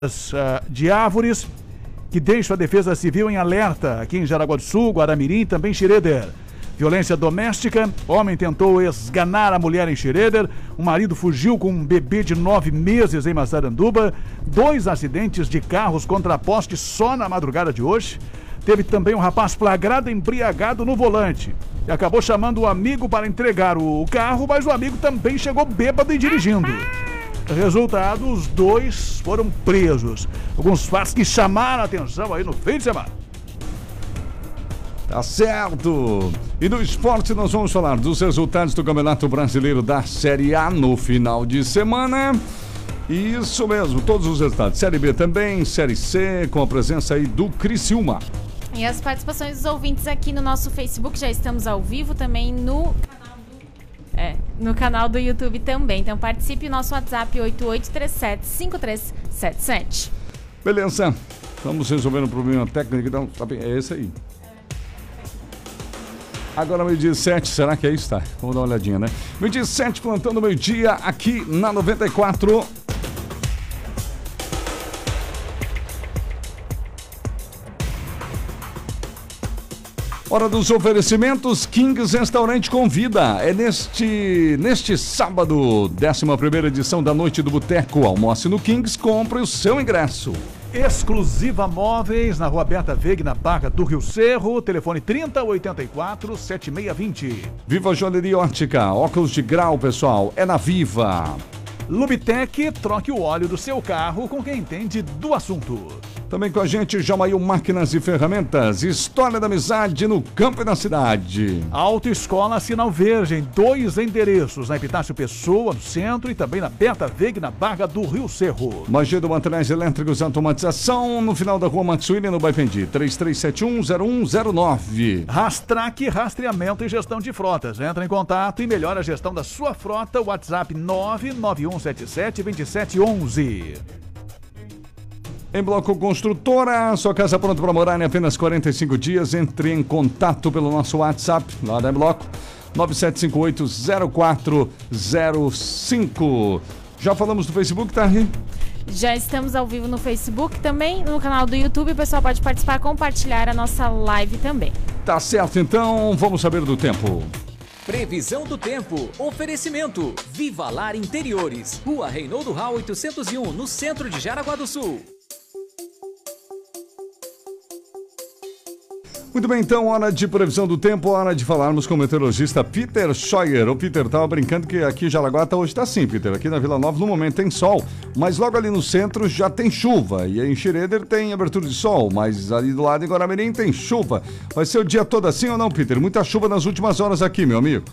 de árvores que deixam a Defesa Civil em alerta aqui em Jaraguá do Sul, Guaramirim, também Xireder. Violência doméstica, homem tentou esganar a mulher em Xireder, o marido fugiu com um bebê de 9 meses em Massaranduba, 2 acidentes de carros contra poste só na madrugada de hoje. Teve também um rapaz flagrado embriagado no volante e acabou chamando o amigo para entregar o carro, mas o amigo também chegou bêbado e dirigindo. Resultado, os 2 foram presos. Alguns fatos que chamaram a atenção aí no fim de semana. Tá certo! E no esporte nós vamos falar dos resultados do Campeonato Brasileiro da Série A no final de semana. Isso mesmo, todos os resultados. Série B também, Série C, com a presença aí do Criciúma. E as participações dos ouvintes aqui no nosso Facebook, já estamos ao vivo também no canal do YouTube também. Então participe, nosso WhatsApp 8837-5377. Beleza, vamos resolver um problema técnico, então, é esse aí. Agora meio-dia 7, será que é isso? Tá, vamos dar uma olhadinha, né? Meio-dia 7, plantando meio-dia aqui na 94. Hora dos oferecimentos, Kings Restaurante convida. É neste sábado, 11ª edição da Noite do Boteco. Almoce no Kings, compre o seu ingresso. Exclusiva Móveis, na Rua Berta Veg, na Barra do Rio Cerro, telefone 3084-7620. Viva Joalheria Ótica, óculos de grau, pessoal, é na Viva. Lubitec, troque o óleo do seu carro com quem entende do assunto. Também com a gente, Jamail Máquinas e Ferramentas, história da amizade no campo e na cidade. Autoescola Sinal Verde, em 2 endereços, na Epitácio Pessoa, no centro, e também na Berta Veg, na Barra do Rio Cerro. Magedo Materiais Elétricos Automatização, no final da Rua Matsuíne, no Baipendi, 33710109. Rastrac, rastreamento e gestão de frotas. Entra em contato e melhora a gestão da sua frota, WhatsApp 991772711. Em Bloco Construtora, sua casa pronta para morar em apenas 45 dias. Entre em contato pelo nosso WhatsApp, lá da Bloco, 9758-0405. Já falamos do Facebook, tá, Ri? Já estamos ao vivo no Facebook também, no canal do YouTube. O pessoal pode participar, compartilhar a nossa live também. Tá certo, então, vamos saber do tempo. Previsão do tempo. Oferecimento. Viva Lar Interiores. Rua Reinaldo Rau 801, no centro de Jaraguá do Sul. Muito bem, então, hora de previsão do tempo, hora de falarmos com o meteorologista Peter Scheuer. O Peter tava brincando que aqui em Jaraguá hoje tá assim, Peter. Aqui na Vila Nova no momento tem sol, mas logo ali no centro já tem chuva. E aí em Xireder tem abertura de sol, mas ali do lado em Guaramirim tem chuva. Vai ser o dia todo assim ou não, Peter? Muita chuva nas últimas horas aqui, meu amigo.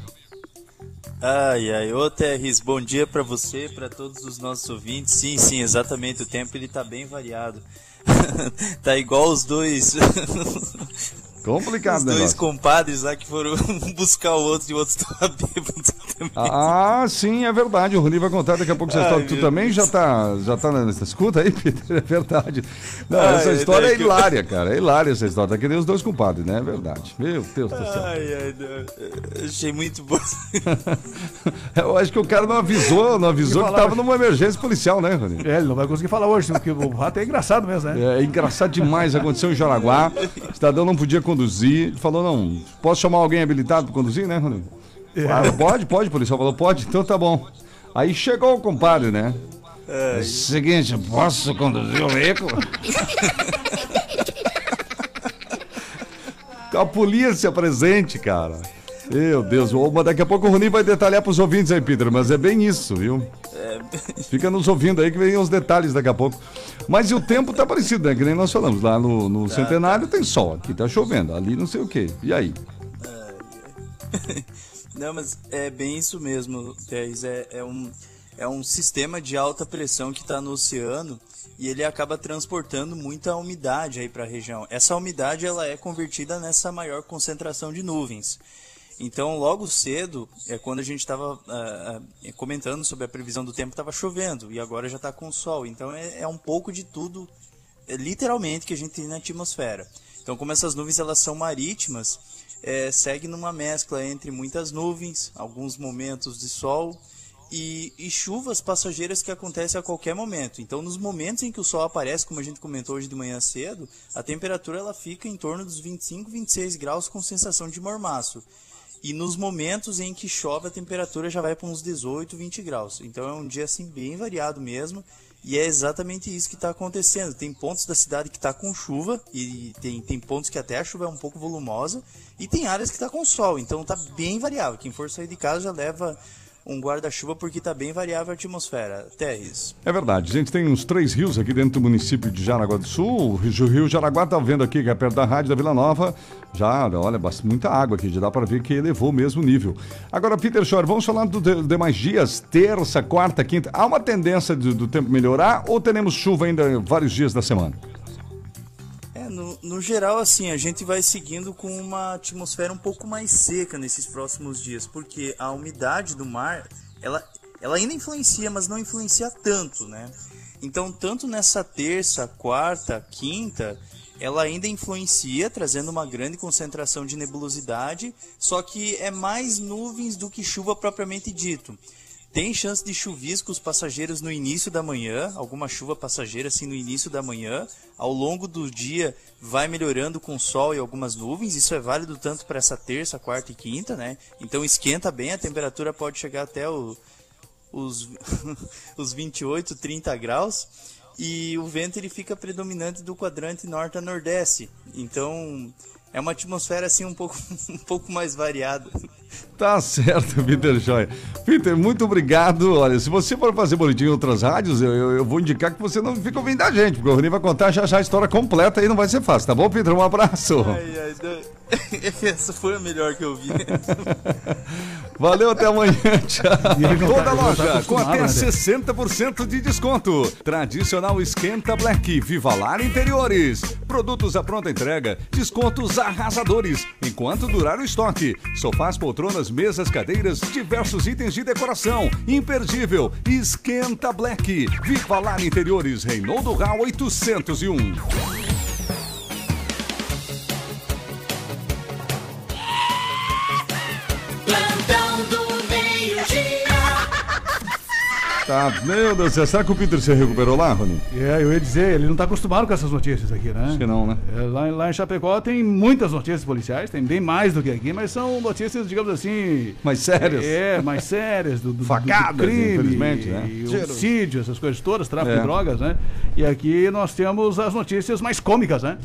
Ô Terres, bom dia pra você, pra todos os nossos ouvintes. Sim, exatamente, o tempo ele tá bem variado. Tá igual os dois. Complicado, os dois compadres lá que foram buscar o outro e o outro estava bêbado também. Ah, sim, é verdade. O Rony vai contar daqui a pouco essa história. Tu também já tá nessa escuta aí, Peter? É verdade. Não, essa história é hilária, cara. É hilária essa história. Tá que nem os dois compadres, né? É verdade. Meu Deus do céu. Achei muito bom. Eu acho que o cara não avisou que tava numa emergência policial, né, Rony? Ele não vai conseguir falar hoje, porque o rato é engraçado mesmo, né? É engraçado demais. Aconteceu em Jaraguá. O cidadão não podia conduzir. Ele falou, não, posso chamar alguém habilitado para conduzir, né, Rony? Ah, pode, o policial falou, pode, então tá bom. Aí chegou o compadre, né? É o seguinte, posso conduzir o veículo? Com a polícia presente, cara. Meu Deus, mas daqui a pouco o Rony vai detalhar pros ouvintes aí, Peter, mas é bem isso, viu? Fica nos ouvindo aí que vem os detalhes daqui a pouco. Mas e o tempo tá parecido, né? Que nem nós falamos. Lá no Centenário tem sol, aqui tá chovendo, ali não sei o quê. E aí? Não, mas é bem isso mesmo, Teres. É um sistema de alta pressão que está no oceano e ele acaba transportando muita umidade aí para a região. Essa umidade ela é convertida nessa maior concentração de nuvens. Então, logo cedo, quando a gente estava comentando sobre a previsão do tempo, estava chovendo e agora já está com sol. Então, é um pouco de tudo, literalmente, que a gente tem na atmosfera. Então, como essas nuvens elas são marítimas, segue numa mescla entre muitas nuvens, alguns momentos de sol e chuvas passageiras que acontecem a qualquer momento. Então, nos momentos em que o sol aparece, como a gente comentou hoje de manhã cedo, a temperatura ela fica em torno dos 25, 26 graus com sensação de mormaço. E nos momentos em que chove, a temperatura já vai para uns 18, 20 graus. Então, é um dia assim bem variado mesmo. E é exatamente isso que está acontecendo. Tem pontos da cidade que está com chuva, e tem pontos que até a chuva é um pouco volumosa, e tem áreas que está com sol. Então, está bem variável. Quem for sair de casa já leva um guarda-chuva, porque está bem variável a atmosfera. Terres. É verdade. A gente tem uns 3 rios aqui dentro do município de Jaraguá do Sul. O Rio Jaraguá, tá vendo aqui, que é perto da rádio da Vila Nova. Já, olha, muita água aqui. Já dá para ver que elevou mesmo o nível. Agora, Peter Schor, vamos falar dos demais dias. Terça, quarta, quinta. Há uma tendência do tempo melhorar ou teremos chuva ainda vários dias da semana? No geral, assim, a gente vai seguindo com uma atmosfera um pouco mais seca nesses próximos dias, porque a umidade do mar, ela ainda influencia, mas não influencia tanto, né? Então, tanto nessa terça, quarta, quinta, ela ainda influencia, trazendo uma grande concentração de nebulosidade, só que é mais nuvens do que chuva propriamente dito. Tem chance de chuviscos passageiros no início da manhã, alguma chuva passageira assim no início da manhã. Ao longo do dia vai melhorando com sol e algumas nuvens. Isso é válido tanto para essa terça, quarta e quinta, né? Então esquenta bem, a temperatura pode chegar até os 28, 30 graus. E o vento ele fica predominante do quadrante norte a nordeste. Então é uma atmosfera assim um pouco mais variada. Tá certo, Peter Joia. Peter, muito obrigado. Olha, se você for fazer boletim em outras rádios, eu vou indicar que você não fica ouvindo a gente, porque o Rony vai contar já a história completa e não vai ser fácil, tá bom, Peter? Um abraço. Essa foi a melhor que eu vi. Valeu, até amanhã. Tchau. Toda loja com até 60% de desconto. Tradicional Esquenta Black, Vivalar Interiores. Produtos à pronta entrega, descontos arrasadores, enquanto durar o estoque. Sofás, poltronas, mesas, cadeiras, diversos itens de decoração. Imperdível. Esquenta Black, Vivalar Interiores, Reinaldo Rau 801. Tá, meu Deus do céu, será que o Peter se recuperou lá, Rony? Eu ia dizer, ele não está acostumado com essas notícias aqui, né? Acho que não, né? Lá em Chapecó tem muitas notícias policiais, tem bem mais do que aqui, mas são notícias, digamos assim... Mais sérias? Mais sérias, do facadas, do crime, infelizmente, né? Homicídio, essas coisas todas, tráfico de drogas, né? E aqui nós temos as notícias mais cômicas, né?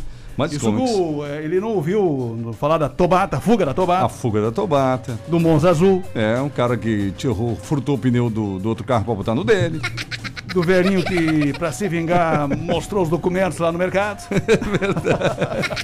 Ele não ouviu falar da Tobata, a fuga da Tobata? A fuga da Tobata. Do Monza Azul. Um cara que furtou o pneu do outro carro pra botar no dele. Do velhinho que, pra se vingar, mostrou os documentos lá no mercado. É verdade.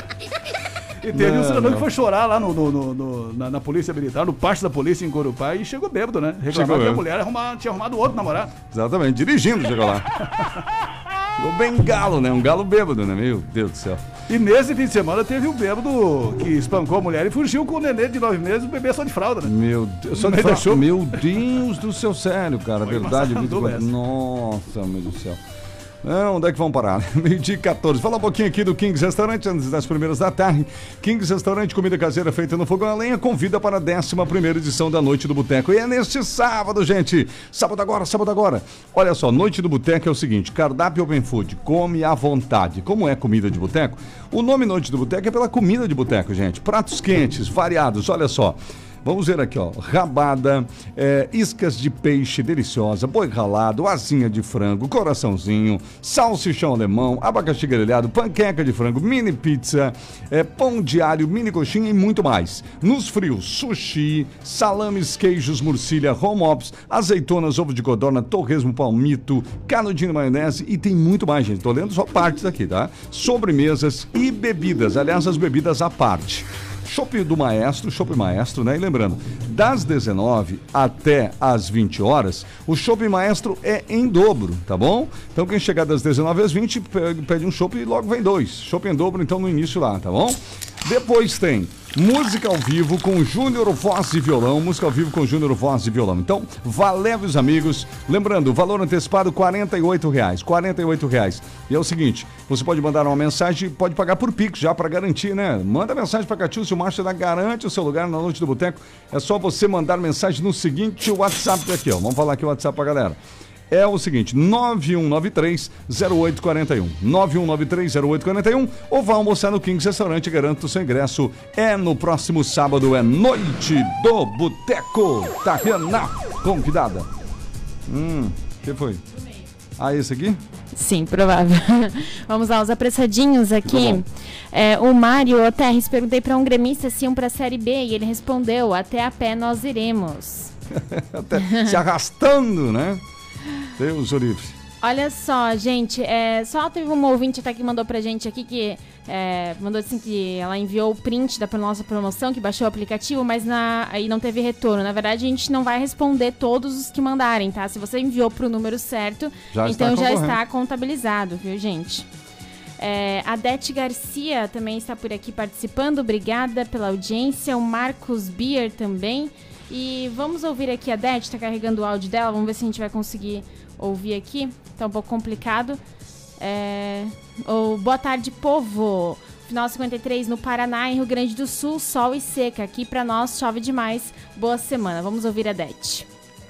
E teve um cidadão que foi chorar lá na polícia militar, no pátio da polícia em Corupá, e chegou bêbado, né? Reclamando que a mulher tinha arrumado outro namorado. Exatamente, dirigindo chegou lá. Ficou bem galo, né? Um galo bêbado, né? Meu Deus do céu. E nesse fim de semana teve um bêbado que espancou a mulher e fugiu com o nenê de 9 meses, o bebê só de fralda, né? Meu Deus, só de fralda. Meu Deus do céu, sério, cara. Foi verdade. Nossa, meu Deus do céu. Onde é que vão parar? Meio-dia 14. Fala um pouquinho aqui do Kings Restaurante, antes das primeiras da tarde. Kings Restaurante, comida caseira feita no fogão a lenha, convida para a 11ª edição da Noite do Boteco. E é neste sábado, gente. Sábado agora. Olha só, Noite do Boteco é o seguinte, cardápio open food, come à vontade. Como é comida de boteco? O nome Noite do Boteco é pela comida de boteco, gente. Pratos quentes, variados, olha só. Vamos ver aqui, ó, rabada, iscas de peixe deliciosa, boi ralado, asinha de frango, coraçãozinho, salsichão alemão, abacaxi grelhado, panqueca de frango, mini pizza, pão de alho, mini coxinha e muito mais. Nos frios, sushi, salames, queijos, murcilha, home ops, azeitonas, ovo de codorna, torresmo, palmito, canudinho, maionese e tem muito mais, gente. Tô lendo só partes aqui, tá? Sobremesas e bebidas, aliás, as bebidas à parte. Chopp Maestro, né? E lembrando, das 19 até as 20 horas, o Chopp Maestro é em dobro, tá bom? Então quem chegar das 19 às 20, pede um chopp e logo vem 2. Chopp em dobro, então, no início lá, tá bom? Depois tem música ao vivo com Júnior Voz e Violão. Música ao vivo com Júnior Voz e Violão. Então, vá, leve os amigos. Lembrando, o valor antecipado R$48. R$48. E é o seguinte, você pode mandar uma mensagem, pode pagar por Pix já para garantir, né? Manda mensagem para Catiúcia, o Márcio garante o seu lugar na Noite do Boteco. É só você mandar mensagem no seguinte WhatsApp aqui, ó. Vamos falar aqui o WhatsApp pra galera. É o seguinte, 9193-0841. 9193-0841 ou vá almoçar no Kings Restaurante, garanto o seu ingresso. É no próximo sábado, é Noite do Boteco. Tariana, convidada. Que foi? Ah, esse aqui? Sim, provável. Vamos lá, os apressadinhos aqui. O Mário Oterres, perguntei para um gremista se iam para a Série B e ele respondeu, até a pé nós iremos. Até se arrastando, né? Deus o livre. Olha só, gente, só teve uma ouvinte até que mandou pra gente aqui que mandou assim que ela enviou o print da nossa promoção, que baixou o aplicativo, mas aí não teve retorno. Na verdade, a gente não vai responder todos os que mandarem, tá? Se você enviou pro número certo, então já está contabilizado, viu, gente? A Dete Garcia também está por aqui participando, obrigada pela audiência. O Marcos Bier também. E vamos ouvir aqui a Dete, está carregando o áudio dela, vamos ver se a gente vai conseguir ouvir aqui, tá um pouco complicado. Boa tarde, povo. Final 53 no Paraná, em Rio Grande do Sul, sol e seca. Aqui pra nós chove demais. Boa semana. Vamos ouvir a Dete.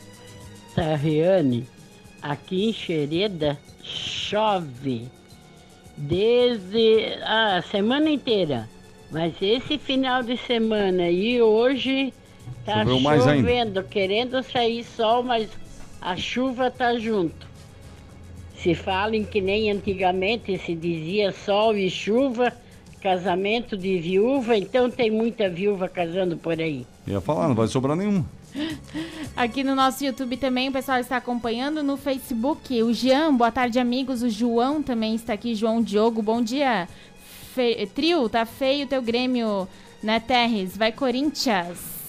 Tariane, aqui em Xereda chove desde a semana inteira. Mas esse final de semana e hoje tá chovendo, querendo sair sol, mas a chuva tá junto. Se falam que nem antigamente se dizia sol e chuva, casamento de viúva, então tem muita viúva casando por aí. Ia falar, não vai sobrar nenhuma. Aqui no nosso YouTube também o pessoal está acompanhando, no Facebook. O Jean, boa tarde, amigos. O João também está aqui, João Diogo, bom dia. Trio, tá feio o teu Grêmio, né, Terres? Vai, Corinthians.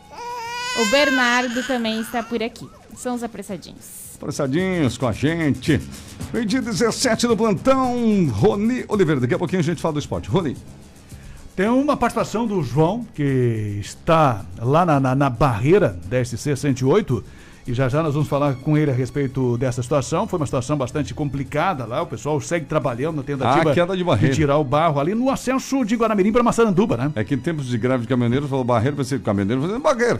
O Bernardo também está por aqui. São os apressadinhos. Apressadinhos com a gente. Meio-dia 17 no plantão. Rony Oliveira. Daqui a pouquinho a gente fala do esporte. Rony. Tem uma participação do João, que está lá na barreira da SC 108. E já nós vamos falar com ele a respeito dessa situação. Foi uma situação bastante complicada lá. O pessoal segue trabalhando na tentativa de tirar o barro ali no acesso de Guaramirim para Massaranduba, né? É que em tempos de greve de caminhoneiros, falou barreiro, pensei caminhoneiro fazendo barreiro.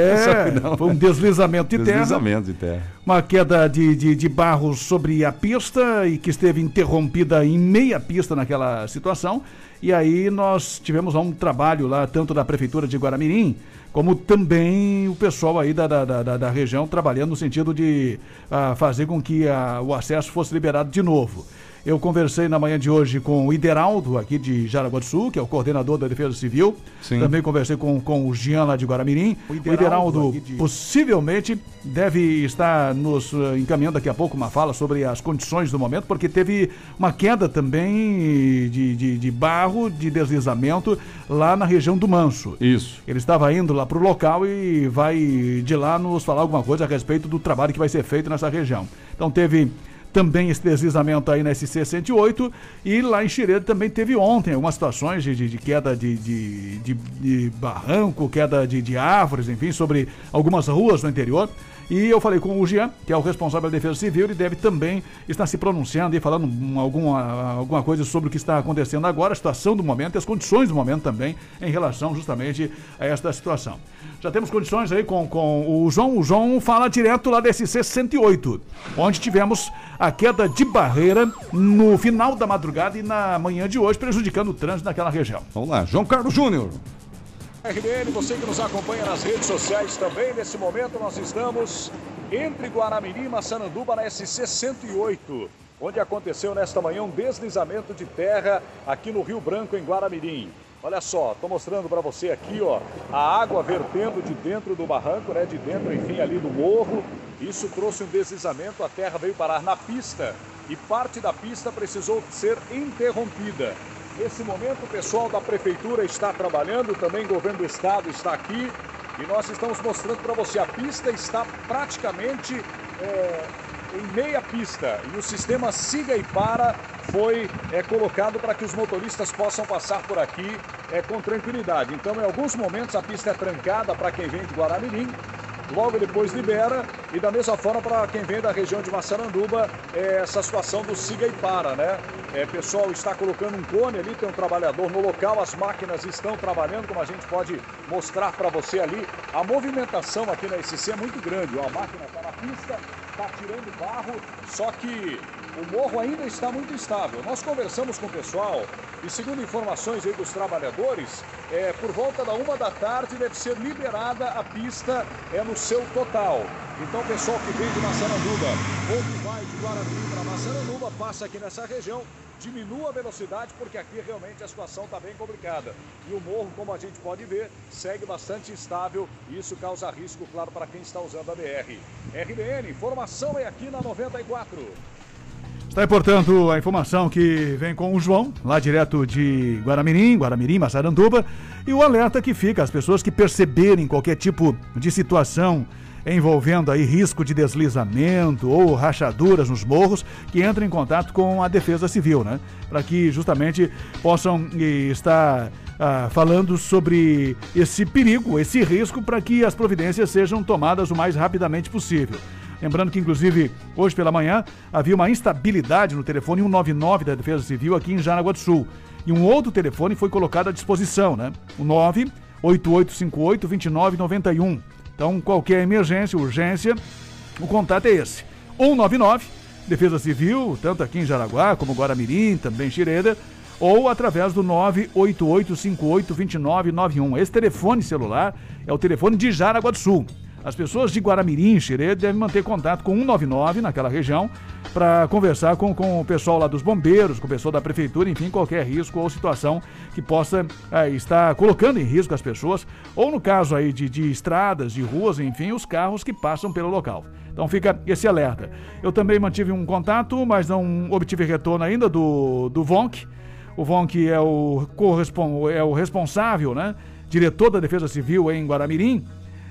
Foi um deslizamento de terra. Deslizamento de terra. Uma queda de barro sobre a pista e que esteve interrompida em meia pista naquela situação. E aí nós tivemos um trabalho lá, tanto da Prefeitura de Guaramirim, como também o pessoal aí da região trabalhando no sentido de fazer com que o acesso fosse liberado de novo. Eu conversei na manhã de hoje com o Ideraldo, aqui de Jaraguá do Sul, que é o coordenador da Defesa Civil. Sim. Também conversei com o Jean, lá de Guaramirim. O Ideraldo possivelmente deve estar nos encaminhando daqui a pouco uma fala sobre as condições do momento, porque teve uma queda também de barro, de deslizamento, lá na região do Manso. Isso. Ele estava indo lá para o local e vai de lá nos falar alguma coisa a respeito do trabalho que vai ser feito nessa região. Então teve também esse deslizamento aí na SC 108 e lá em Xereda também teve ontem algumas situações de queda de barranco, queda de árvores, enfim, sobre algumas ruas no interior. E eu falei com o Jean, que é o responsável da Defesa Civil, ele deve também estar se pronunciando e falando alguma coisa sobre o que está acontecendo agora, a situação do momento e as condições do momento também em relação justamente a esta situação. Já temos condições aí com o João. O João fala direto lá da SC 108, onde tivemos a queda de barreira no final da madrugada e na manhã de hoje, prejudicando o trânsito naquela região. Vamos lá, João Carlos Júnior. RBN, você que nos acompanha nas redes sociais também, nesse momento nós estamos entre Guaramirim e Massaranduba na SC 108, onde aconteceu nesta manhã um deslizamento de terra aqui no Rio Branco, em Guaramirim. Olha só, estou mostrando para você aqui, ó, a água vertendo de dentro do barranco, né, de dentro, enfim, ali do morro. Isso trouxe um deslizamento, a terra veio parar na pista e parte da pista precisou ser interrompida. Nesse momento o pessoal da Prefeitura está trabalhando, também o Governo do Estado está aqui e nós estamos mostrando para você, a pista está praticamente em meia pista e o sistema siga e para foi colocado para que os motoristas possam passar por aqui com tranquilidade. Então, em alguns momentos, a pista é trancada para quem vem de Guaramirim, logo depois libera, e da mesma forma para quem vem da região de Massaranduba, essa situação do siga e para, né? Pessoal está colocando um cone ali, tem um trabalhador no local, as máquinas estão trabalhando, como a gente pode mostrar para você ali. A movimentação aqui na SC é muito grande, a máquina está na pista, está tirando barro, só que o morro ainda está muito instável. Nós conversamos com o pessoal e, segundo informações aí dos trabalhadores, por volta da 1 da tarde deve ser liberada a pista no seu total. Então, o pessoal que vem de Massaranduba ou que vai de Guaramirim para Massaranduba, passa aqui nessa região, diminua a velocidade, porque aqui realmente a situação está bem complicada. E o morro, como a gente pode ver, segue bastante instável e isso causa risco, claro, para quem está usando a BR. RBN, informação é aqui na 94. Está aí, portanto, a informação que vem com o João, lá direto de Guaramirim, Massaranduba, e o alerta que fica às pessoas que perceberem qualquer tipo de situação envolvendo aí risco de deslizamento ou rachaduras nos morros, que entrem em contato com a Defesa Civil, né? Para que justamente possam estar falando sobre esse perigo, esse risco, para que as providências sejam tomadas o mais rapidamente possível. Lembrando que, inclusive, hoje pela manhã, havia uma instabilidade no telefone 199 da Defesa Civil aqui em Jaraguá do Sul. E um outro telefone foi colocado à disposição, né? O 98858-2991. Então, qualquer emergência, urgência, o contato é esse. 199, Defesa Civil, tanto aqui em Jaraguá como Guaramirim, também Xireda, ou através do 98858-2991. Esse telefone celular é o telefone de Jaraguá do Sul. As pessoas de Guaramirim e Xireda devem manter contato com 199 naquela região para conversar com o pessoal lá dos bombeiros, com o pessoal da prefeitura, enfim, qualquer risco ou situação que possa estar colocando em risco as pessoas, ou no caso aí de estradas, de ruas, enfim, os carros que passam pelo local. Então fica esse alerta. Eu também mantive um contato, mas não obtive retorno ainda do Vonk. O Vonk é o responsável, né? Diretor da Defesa Civil em Guaramirim.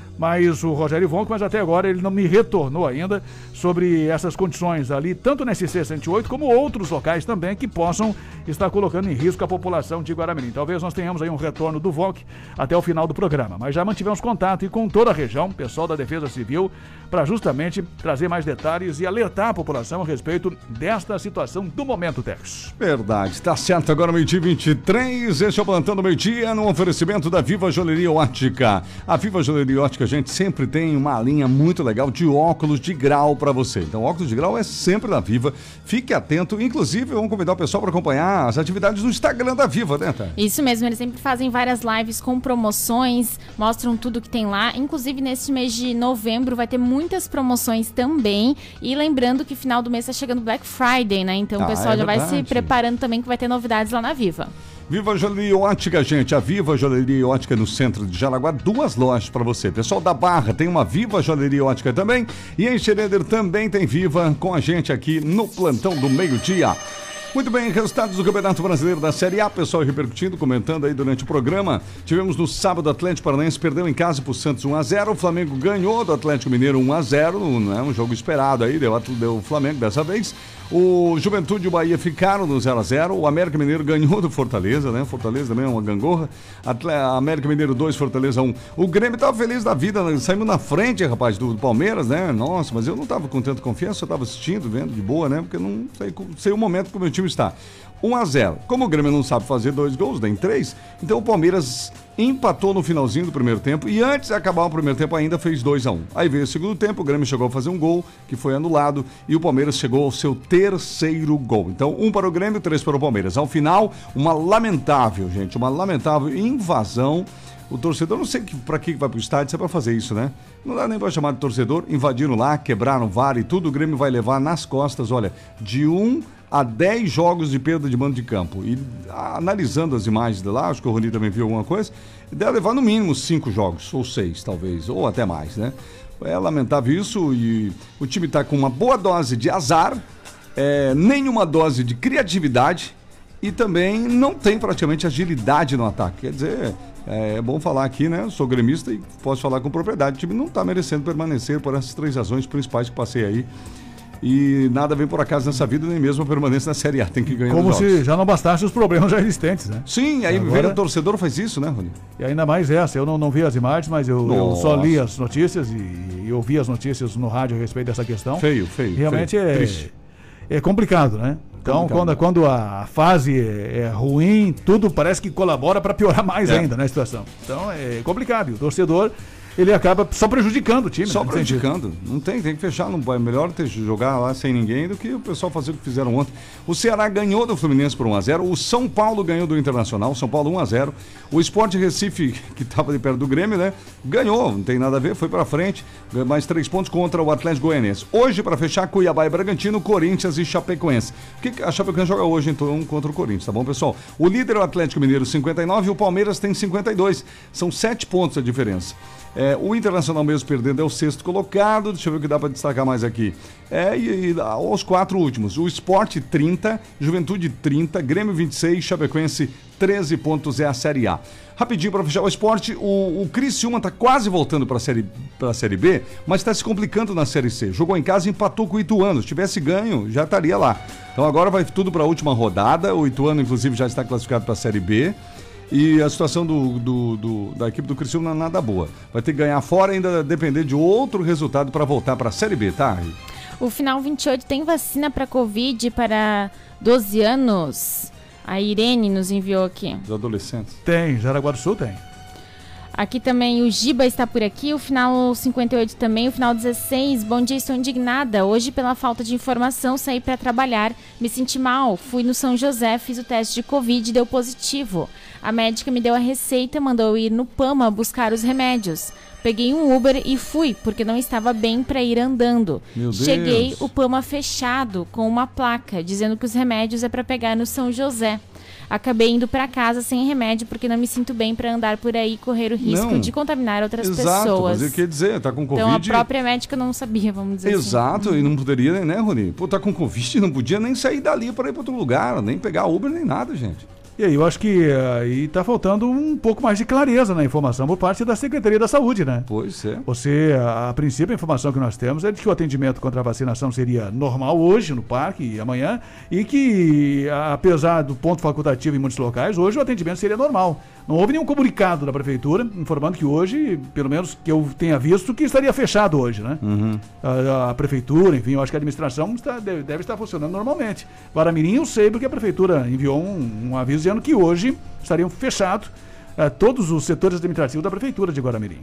Mas o Rogério Vonk, mas até agora ele não me retornou ainda sobre essas condições ali, tanto na SC-108 como outros locais também que possam estar colocando em risco a população de Guaramirim. Talvez nós tenhamos aí um retorno do Vonk até o final do programa, mas já mantivemos contato com toda a região, pessoal da Defesa Civil, para justamente trazer mais detalhes e alertar a população a respeito desta situação do momento, Tex. Verdade, tá certo. Agora 12h23, esse é o Plantão do Meio-Dia, no oferecimento da Viva Joalheria Ótica. A Viva Joalheria Ótica, a gente sempre tem uma linha muito legal de óculos de grau para você. Então, óculos de grau é sempre da Viva. Fique atento. Inclusive, vamos convidar o pessoal para acompanhar as atividades do Instagram da Viva, né, Tá? Isso mesmo, eles sempre fazem várias lives com promoções, mostram tudo que tem lá. Inclusive, nesse mês de novembro vai ter muitas promoções também. E lembrando que final do mês está chegando Black Friday, né? Então, o pessoal já vai se preparando também, que vai ter novidades lá na Viva. Viva Joalheria Ótica, gente. A Viva Joalheria Ótica no centro de Jaraguá, 2 lojas para você. Pessoal da Barra tem uma Viva Joalheria Ótica também. E em Xereder também tem Viva com a gente aqui no Plantão do Meio-Dia. Muito bem, resultados do Campeonato Brasileiro da Série A, pessoal repercutindo, comentando aí durante o programa. Tivemos no sábado o Atlético Paranaense perdeu em casa pro Santos 1-0, o Flamengo ganhou do Atlético Mineiro 1-0, não é um jogo esperado aí, deu o Flamengo dessa vez. O Juventude e o Bahia ficaram no 0-0, o América Mineiro ganhou do Fortaleza, né? Fortaleza também é uma gangorra. América Mineiro 2, Fortaleza 1. O Grêmio tava feliz da vida, né? Saímos na frente, rapaz, do Palmeiras, né? Nossa, mas eu não tava com tanta confiança, eu tava assistindo, vendo de boa, né? Porque não sei o momento que o meu time está. 1-0. Como o Grêmio não sabe fazer 2 gols, nem 3, então o Palmeiras empatou no finalzinho do primeiro tempo e antes de acabar o primeiro tempo ainda fez 2-1. Aí veio o segundo tempo, o Grêmio chegou a fazer um gol, que foi anulado, e o Palmeiras chegou ao seu 3º gol. Então, 1 para o Grêmio, 3 para o Palmeiras. Ao final, uma lamentável invasão. O torcedor, não sei para que vai pro estádio, se é para fazer isso, né? Não dá nem para chamar de torcedor, invadiram lá, quebraram VAR e tudo, o Grêmio vai levar nas costas, olha, de 1 a 10 jogos de perda de mando de campo. E analisando as imagens de lá, acho que o Rony também viu alguma coisa, deve levar no mínimo 5 jogos, ou 6 talvez, ou até mais, né? É lamentável isso e o time está com uma boa dose de azar, nenhuma dose de criatividade e também não tem praticamente agilidade no ataque. Quer dizer, é bom falar aqui, né? Sou gremista e posso falar com propriedade. O time não está merecendo permanecer por essas 3 razões principais que passei aí. E nada vem por acaso nessa vida, nem mesmo a permanência na Série A. Tem que ganhar. Como se já não bastasse os problemas já existentes, né? Sim, aí Agora... o torcedor faz isso, né, Rony? E ainda mais essa, eu não vi as imagens, mas eu só li as notícias e ouvi as notícias no rádio a respeito dessa questão. Feio. Realmente triste. É complicado, né? Então, quando a fase é ruim, tudo parece que colabora para piorar mais ainda, né, a situação. Então, é complicado. E o torcedor, ele acaba só prejudicando o time. Só prejudicando. Não tem que fechar. Não é melhor jogar lá sem ninguém do que o pessoal fazer o que fizeram ontem. O Ceará ganhou do Fluminense por 1-0. O São Paulo ganhou do Internacional. São Paulo 1-0. O Sport Recife, que estava de perto do Grêmio, né? Ganhou. Não tem nada a ver. Foi pra frente. Mais 3 pontos contra o Atlético Goianiense. Hoje, para fechar, Cuiabá e Bragantino, Corinthians e Chapecoense. A Chapecoense joga hoje, então, contra o Corinthians, tá bom, pessoal? O líder é o Atlético Mineiro, 59, e o Palmeiras tem 52. São 7 pontos a diferença. O Internacional mesmo perdendo é o 6º colocado. Deixa eu ver o que dá para destacar mais aqui. E aos 4 últimos. O Sport 30, Juventude 30, Grêmio 26, Chapecoense 13 pontos é a Série A. Rapidinho para fechar o esporte, o Criciúma está quase voltando para a Série B, mas está se complicando na Série C. Jogou em casa e empatou com o Ituano. Se tivesse ganho, já estaria lá. Então agora vai tudo para a última rodada. O Ituano, inclusive, já está classificado para a Série B. E a situação da equipe do Criciúma não é nada boa. Vai ter que ganhar fora e ainda depender de outro resultado para voltar para a Série B, tá? O Final 28 tem vacina para Covid para 12 anos. A Irene nos enviou aqui. Dos adolescentes. Tem, Jaraguá do Sul tem. Aqui também o Giba está por aqui, o final 58 também, o final 16. Bom dia, estou indignada. Hoje, pela falta de informação, saí para trabalhar, me senti mal. Fui no São José, fiz o teste de Covid e deu positivo. A médica me deu a receita, mandou eu ir no Pama buscar os remédios. Peguei um Uber e fui, porque não estava bem para ir andando. Meu Deus. Cheguei, o Pama fechado, com uma placa, dizendo que os remédios é para pegar no São José. Acabei indo para casa sem remédio porque não me sinto bem para andar por aí e correr o risco de contaminar outras pessoas. Mas quer dizer, tá com Covid. Então a própria médica não sabia, vamos dizer assim. E não poderia, né, Rony? Pô, tá com Covid, não podia nem sair dali para ir para outro lugar, nem pegar Uber, nem nada, gente. E aí, eu acho que aí tá faltando um pouco mais de clareza na informação por parte da Secretaria da Saúde, né? Pois é. A princípio, a informação que nós temos é de que o atendimento contra a vacinação seria normal hoje no parque e amanhã, e que, apesar do ponto facultativo em muitos locais, hoje o atendimento seria normal. Não houve nenhum comunicado da Prefeitura informando que hoje, pelo menos que eu tenha visto, que estaria fechado hoje, né? Uhum. A Prefeitura, enfim, eu acho que a administração deve estar funcionando normalmente. Guaramirim eu sei porque a Prefeitura enviou um aviso dizendo que hoje estariam fechados todos os setores administrativos da Prefeitura de Guaramirim.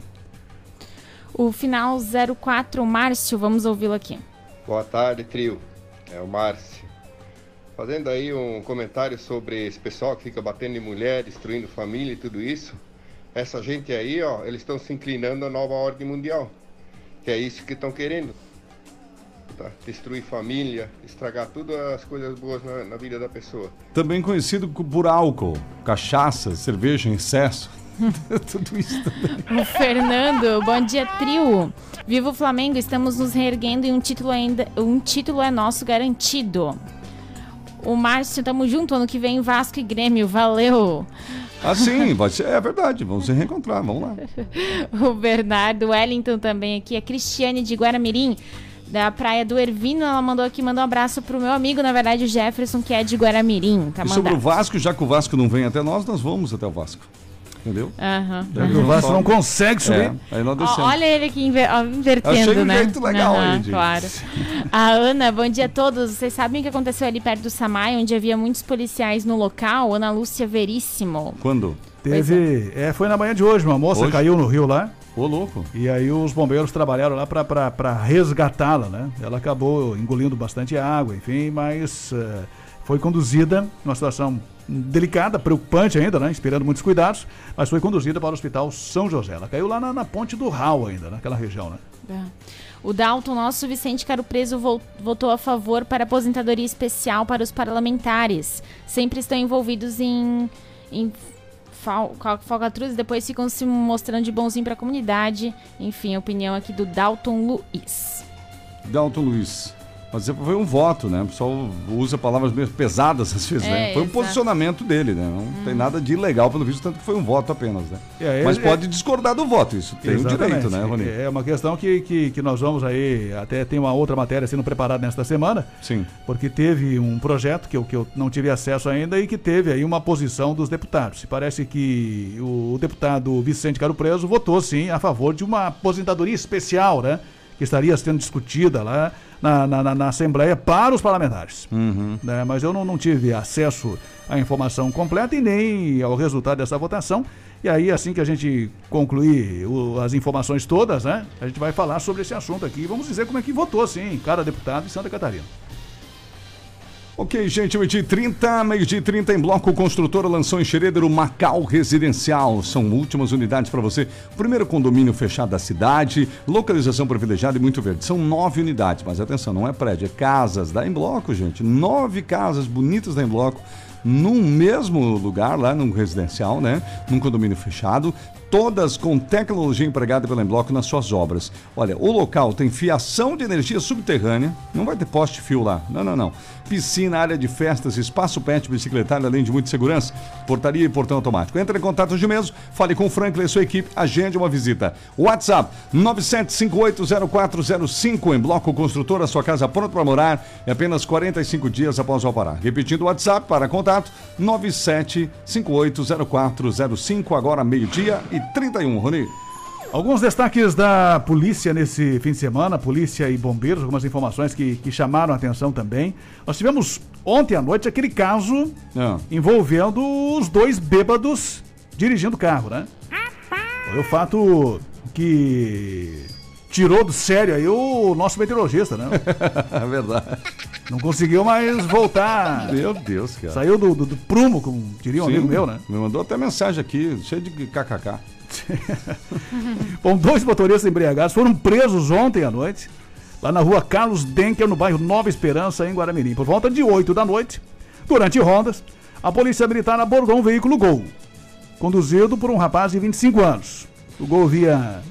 O final 04, Márcio, vamos ouvi-lo aqui. Boa tarde, trio. É o Márcio. Fazendo aí um comentário sobre esse pessoal que fica batendo em mulher, destruindo família e tudo isso. Essa gente aí, ó, eles estão se inclinando à nova ordem mundial. Que é isso que estão querendo. Tá? Destruir família, estragar todas as coisas boas na vida da pessoa. Também conhecido por álcool, cachaça, cerveja em excesso. Tudo isso também. O Fernando, bom dia, trio. Viva o Flamengo, estamos nos reerguendo e um título é nosso garantido. O Márcio, tamo junto, ano que vem Vasco e Grêmio, valeu. Sim, vai ser, é verdade, vamos se reencontrar, vamos lá. O Bernardo, o Wellington também aqui, a Cristiane de Guaramirim, da Praia do Ervino, ela mandou um abraço pro meu amigo, na verdade o Jefferson, que é de Guaramirim. Tá, e sobre o Vasco, já que o Vasco não vem até nós vamos até o Vasco. Entendeu? O Vasco não consegue subir. Aí nós descemos. Olha ele aqui invertendo, achei né? Um jeito legal aí, claro. A Ana, bom dia a todos. Vocês sabem o que aconteceu ali perto do Samay, onde havia muitos policiais no local? Ana Lúcia Veríssimo. Quando? Foi na manhã de hoje, uma moça caiu no rio lá. Ô, louco. E aí os bombeiros trabalharam lá para resgatá-la, né? Ela acabou engolindo bastante água, enfim, mas foi conduzida numa situação delicada, preocupante ainda, né? Esperando muitos cuidados, mas foi conduzida para o Hospital São José. Ela caiu lá na ponte do Rau ainda, naquela região, né? O Dalton, nosso Vicente Caro Preso, votou a favor para aposentadoria especial para os parlamentares. Sempre estão envolvidos em falcatruas e depois ficam se mostrando de bonzinho para a comunidade. Enfim, a opinião aqui do Dalton Luiz. Dalton Luiz. Mas foi um voto, né? O pessoal usa palavras meio pesadas às vezes, né? Foi um posicionamento dele, né? Não tem nada de ilegal pelo visto, tanto que foi um voto apenas, né? Mas pode discordar do voto, isso tem o direito, né, Rony? É uma questão que nós vamos aí, até tem uma outra matéria sendo preparada nesta semana. Sim. Porque teve um projeto que eu não tive acesso ainda e que teve aí uma posição dos deputados. E parece que o deputado Vicente Caro Preso votou, sim, a favor de uma aposentadoria especial, né? Que estaria sendo discutida lá na Assembleia para os parlamentares. Né? Mas eu não tive acesso à informação completa e nem ao resultado dessa votação. E aí, assim que a gente concluir as informações todas, né, a gente vai falar sobre esse assunto aqui. Vamos dizer como é que votou, sim, cada deputado em Santa Catarina. Ok, gente, meio-dia e 30 em bloco. Construtora lançou em Xereder o Macau Residencial. São últimas unidades para você. Primeiro condomínio fechado da cidade, localização privilegiada e muito verde. São 9 unidades, mas atenção, não é prédio, é casas da Em Bloco, gente. 9 casas bonitas da Em Bloco, num mesmo lugar, lá num residencial, né? Num condomínio fechado. Todas com tecnologia empregada pela Em Bloco nas suas obras. Olha, o local tem fiação de energia subterrânea, não vai ter poste fio lá, não. Piscina, área de festas, espaço pet, bicicletário, além de muita segurança, portaria e portão automático. Entre em contato hoje mesmo, fale com o Franklin e sua equipe, agende uma visita. WhatsApp 97580405, Em Bloco Construtora, sua casa pronta para morar, em apenas 45 dias após o alvará. Repetindo o WhatsApp para contato 97580405, agora meio-dia e 31, Rony. Alguns destaques da polícia nesse fim de semana, polícia e bombeiros, algumas informações que chamaram a atenção também. Nós tivemos ontem à noite aquele caso envolvendo os 2 bêbados dirigindo o carro, né? Foi o fato que tirou do sério aí o nosso meteorologista, né? É verdade. Não conseguiu mais voltar. Meu Deus, cara. Saiu do prumo, como diria um amigo meu, né? Me mandou até mensagem aqui, cheio de kkk. Bom, 2 motoristas embriagados foram presos ontem à noite, lá na rua Carlos Denker, no bairro Nova Esperança, em Guaramirim. Por volta de 8 da noite, durante rondas, a polícia militar abordou um veículo Gol, conduzido por um rapaz de 25 anos. O Gol vinha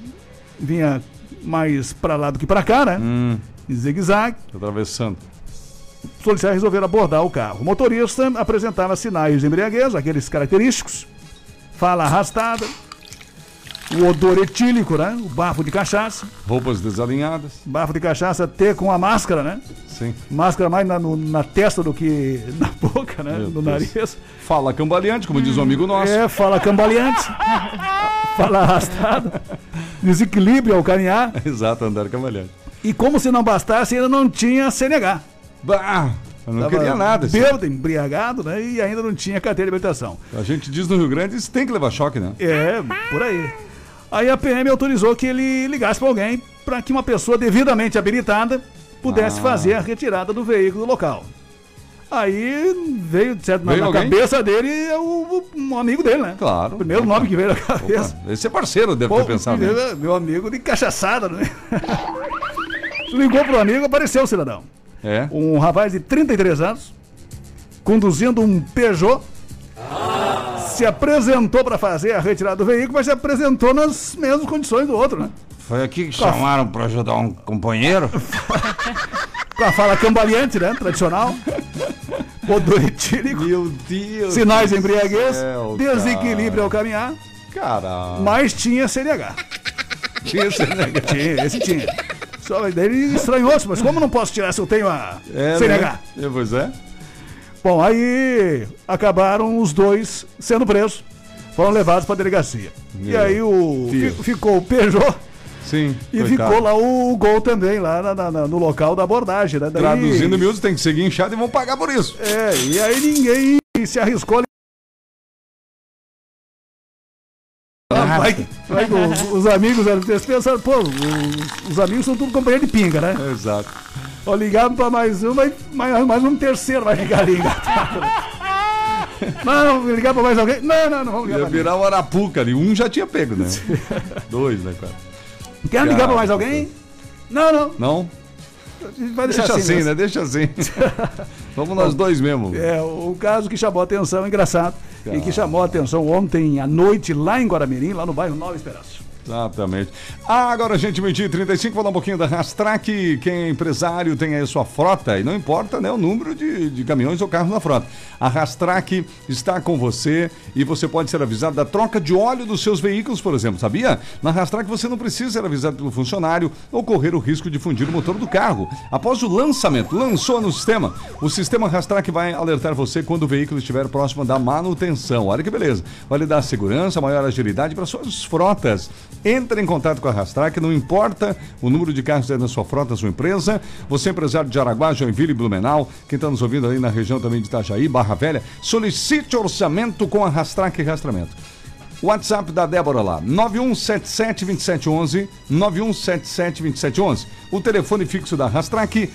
mais para lá do que para cá, né? Em zigue-zague. Atravessando. Os policiais resolveram abordar o carro. O motorista apresentava sinais de embriaguez, aqueles característicos, fala arrastada, o odor etílico, né? O bafo de cachaça. Roupas desalinhadas. Bafo de cachaça até com a máscara, né? Sim. Máscara mais na testa do que na boca, né? No nariz. Fala cambaleante, como diz um amigo nosso. Fala cambaleante. Fala arrastado. Desequilíbrio ao caminhar. Exato, andar cambaleante. E como se não bastasse, ainda não tinha CNH. Bah! Eu não queria nada. Bêbado, embriagado, né? E ainda não tinha carteira de habilitação. A gente diz no Rio Grande, isso tem que levar choque, né? Por aí. Aí a PM autorizou que ele ligasse para alguém para que uma pessoa devidamente habilitada pudesse fazer a retirada do veículo do local. Aí veio, certo, na cabeça dele um amigo dele, né? Claro. O primeiro nome que veio na cabeça. Esse é parceiro, deve ter pensado. Meu amigo de cachaçada, né? Ligou pro amigo, apareceu o cidadão. Um rapaz de 33 anos, conduzindo um Peugeot, se apresentou para fazer a retirada do veículo, mas se apresentou nas mesmas condições do outro, né? Foi aqui que chamaram para ajudar um companheiro? Com a fala cambaleante, né? Tradicional. Odor etílico. Meu Deus. Sinais de embriaguez. Desequilíbrio ao caminhar. Caralho. Mas tinha CNH. Tinha CNH? Tinha, esse tinha. Só daí ele estranhou-se, mas como não posso tirar se eu tenho a CNH? Né? Pois é. Bom, aí acabaram os 2 sendo presos. Foram levados para a delegacia. E aí ficou o Peugeot. Sim. E ficou lá o Gol também, lá no local da abordagem. Né? Traduzindo miúdos, tem que seguir inchado e vão pagar por isso. E aí ninguém se arriscou. Os amigos pensaram, os amigos são tudo companheiro de pinga, né? Exato. Ligaram para mais um, mais um terceiro vai ficar ali engatado. Não, ligar para mais alguém? Não vamos ligar. Ia virar o Arapuca ali. Um já tinha pego, né? 2, né, cara? Quer ligar para mais alguém? Não. Não? Vai deixa assim, né? Deixa assim. Vamos nós 2 mesmo. O caso que chamou a atenção, engraçado, e que chamou a atenção ontem à noite lá em Guaramirim, lá no bairro Nova Esperança. Exatamente. Agora, gente, 12h35, falar um pouquinho da Rastrac. Quem é empresário tem aí a sua frota, e não importa, né, o número de caminhões ou carros na frota. A Rastrac está com você e você pode ser avisado da troca de óleo dos seus veículos, por exemplo, sabia? Na Rastrac você não precisa ser avisado pelo funcionário ou correr o risco de fundir o motor do carro. Após o lançamento, lançou no sistema, o sistema Rastrac vai alertar você quando o veículo estiver próximo da manutenção. Olha que beleza. Vai lhe dar segurança, maior agilidade para suas frotas. Entre em contato com a Rastrac, não importa o número de carros da sua frota, da sua empresa. Você é empresário de Jaraguá, Joinville e Blumenau, quem está nos ouvindo ali na região também de Itajaí, Barra Velha, solicite orçamento com a Rastrac Rastramento. WhatsApp da Débora lá, 9177-2711, 9177-2711. O telefone fixo da Rastrac,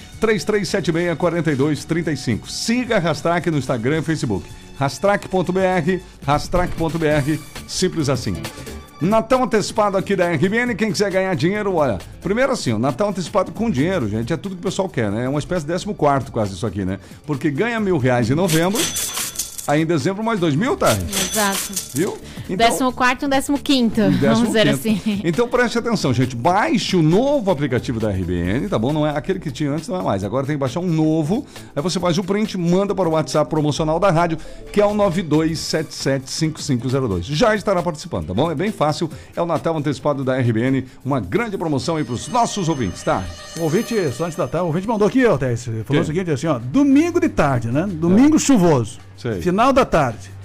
3376-4235. Siga a Rastrac no Instagram e Facebook. Rastrac.br, Rastrac.br, simples assim. Natal antecipado aqui da RBN, quem quiser ganhar dinheiro, olha, primeiro assim, o Natal antecipado com dinheiro, gente, é tudo que o pessoal quer, né? É uma espécie de 14º quase isso aqui, né? Porque ganha R$1.000 em novembro, aí em dezembro mais 2.000, tá? Exato. Viu? Então, 14º e 15º, vamos dizer assim. Então preste atenção, gente, baixe o novo aplicativo da RBN, tá bom? Não é aquele que tinha antes, não é mais, agora tem que baixar um novo, aí você faz o print, manda para o WhatsApp promocional da rádio, que é o 92775502. Já estará participando, tá bom? É bem fácil, é o Natal antecipado da RBN, uma grande promoção aí para os nossos ouvintes, tá? O ouvinte, só antes da tarde, o ouvinte mandou aqui, ó, Tess, falou o seguinte, assim, ó, domingo de tarde, né? Domingo chuvoso, final da tarde.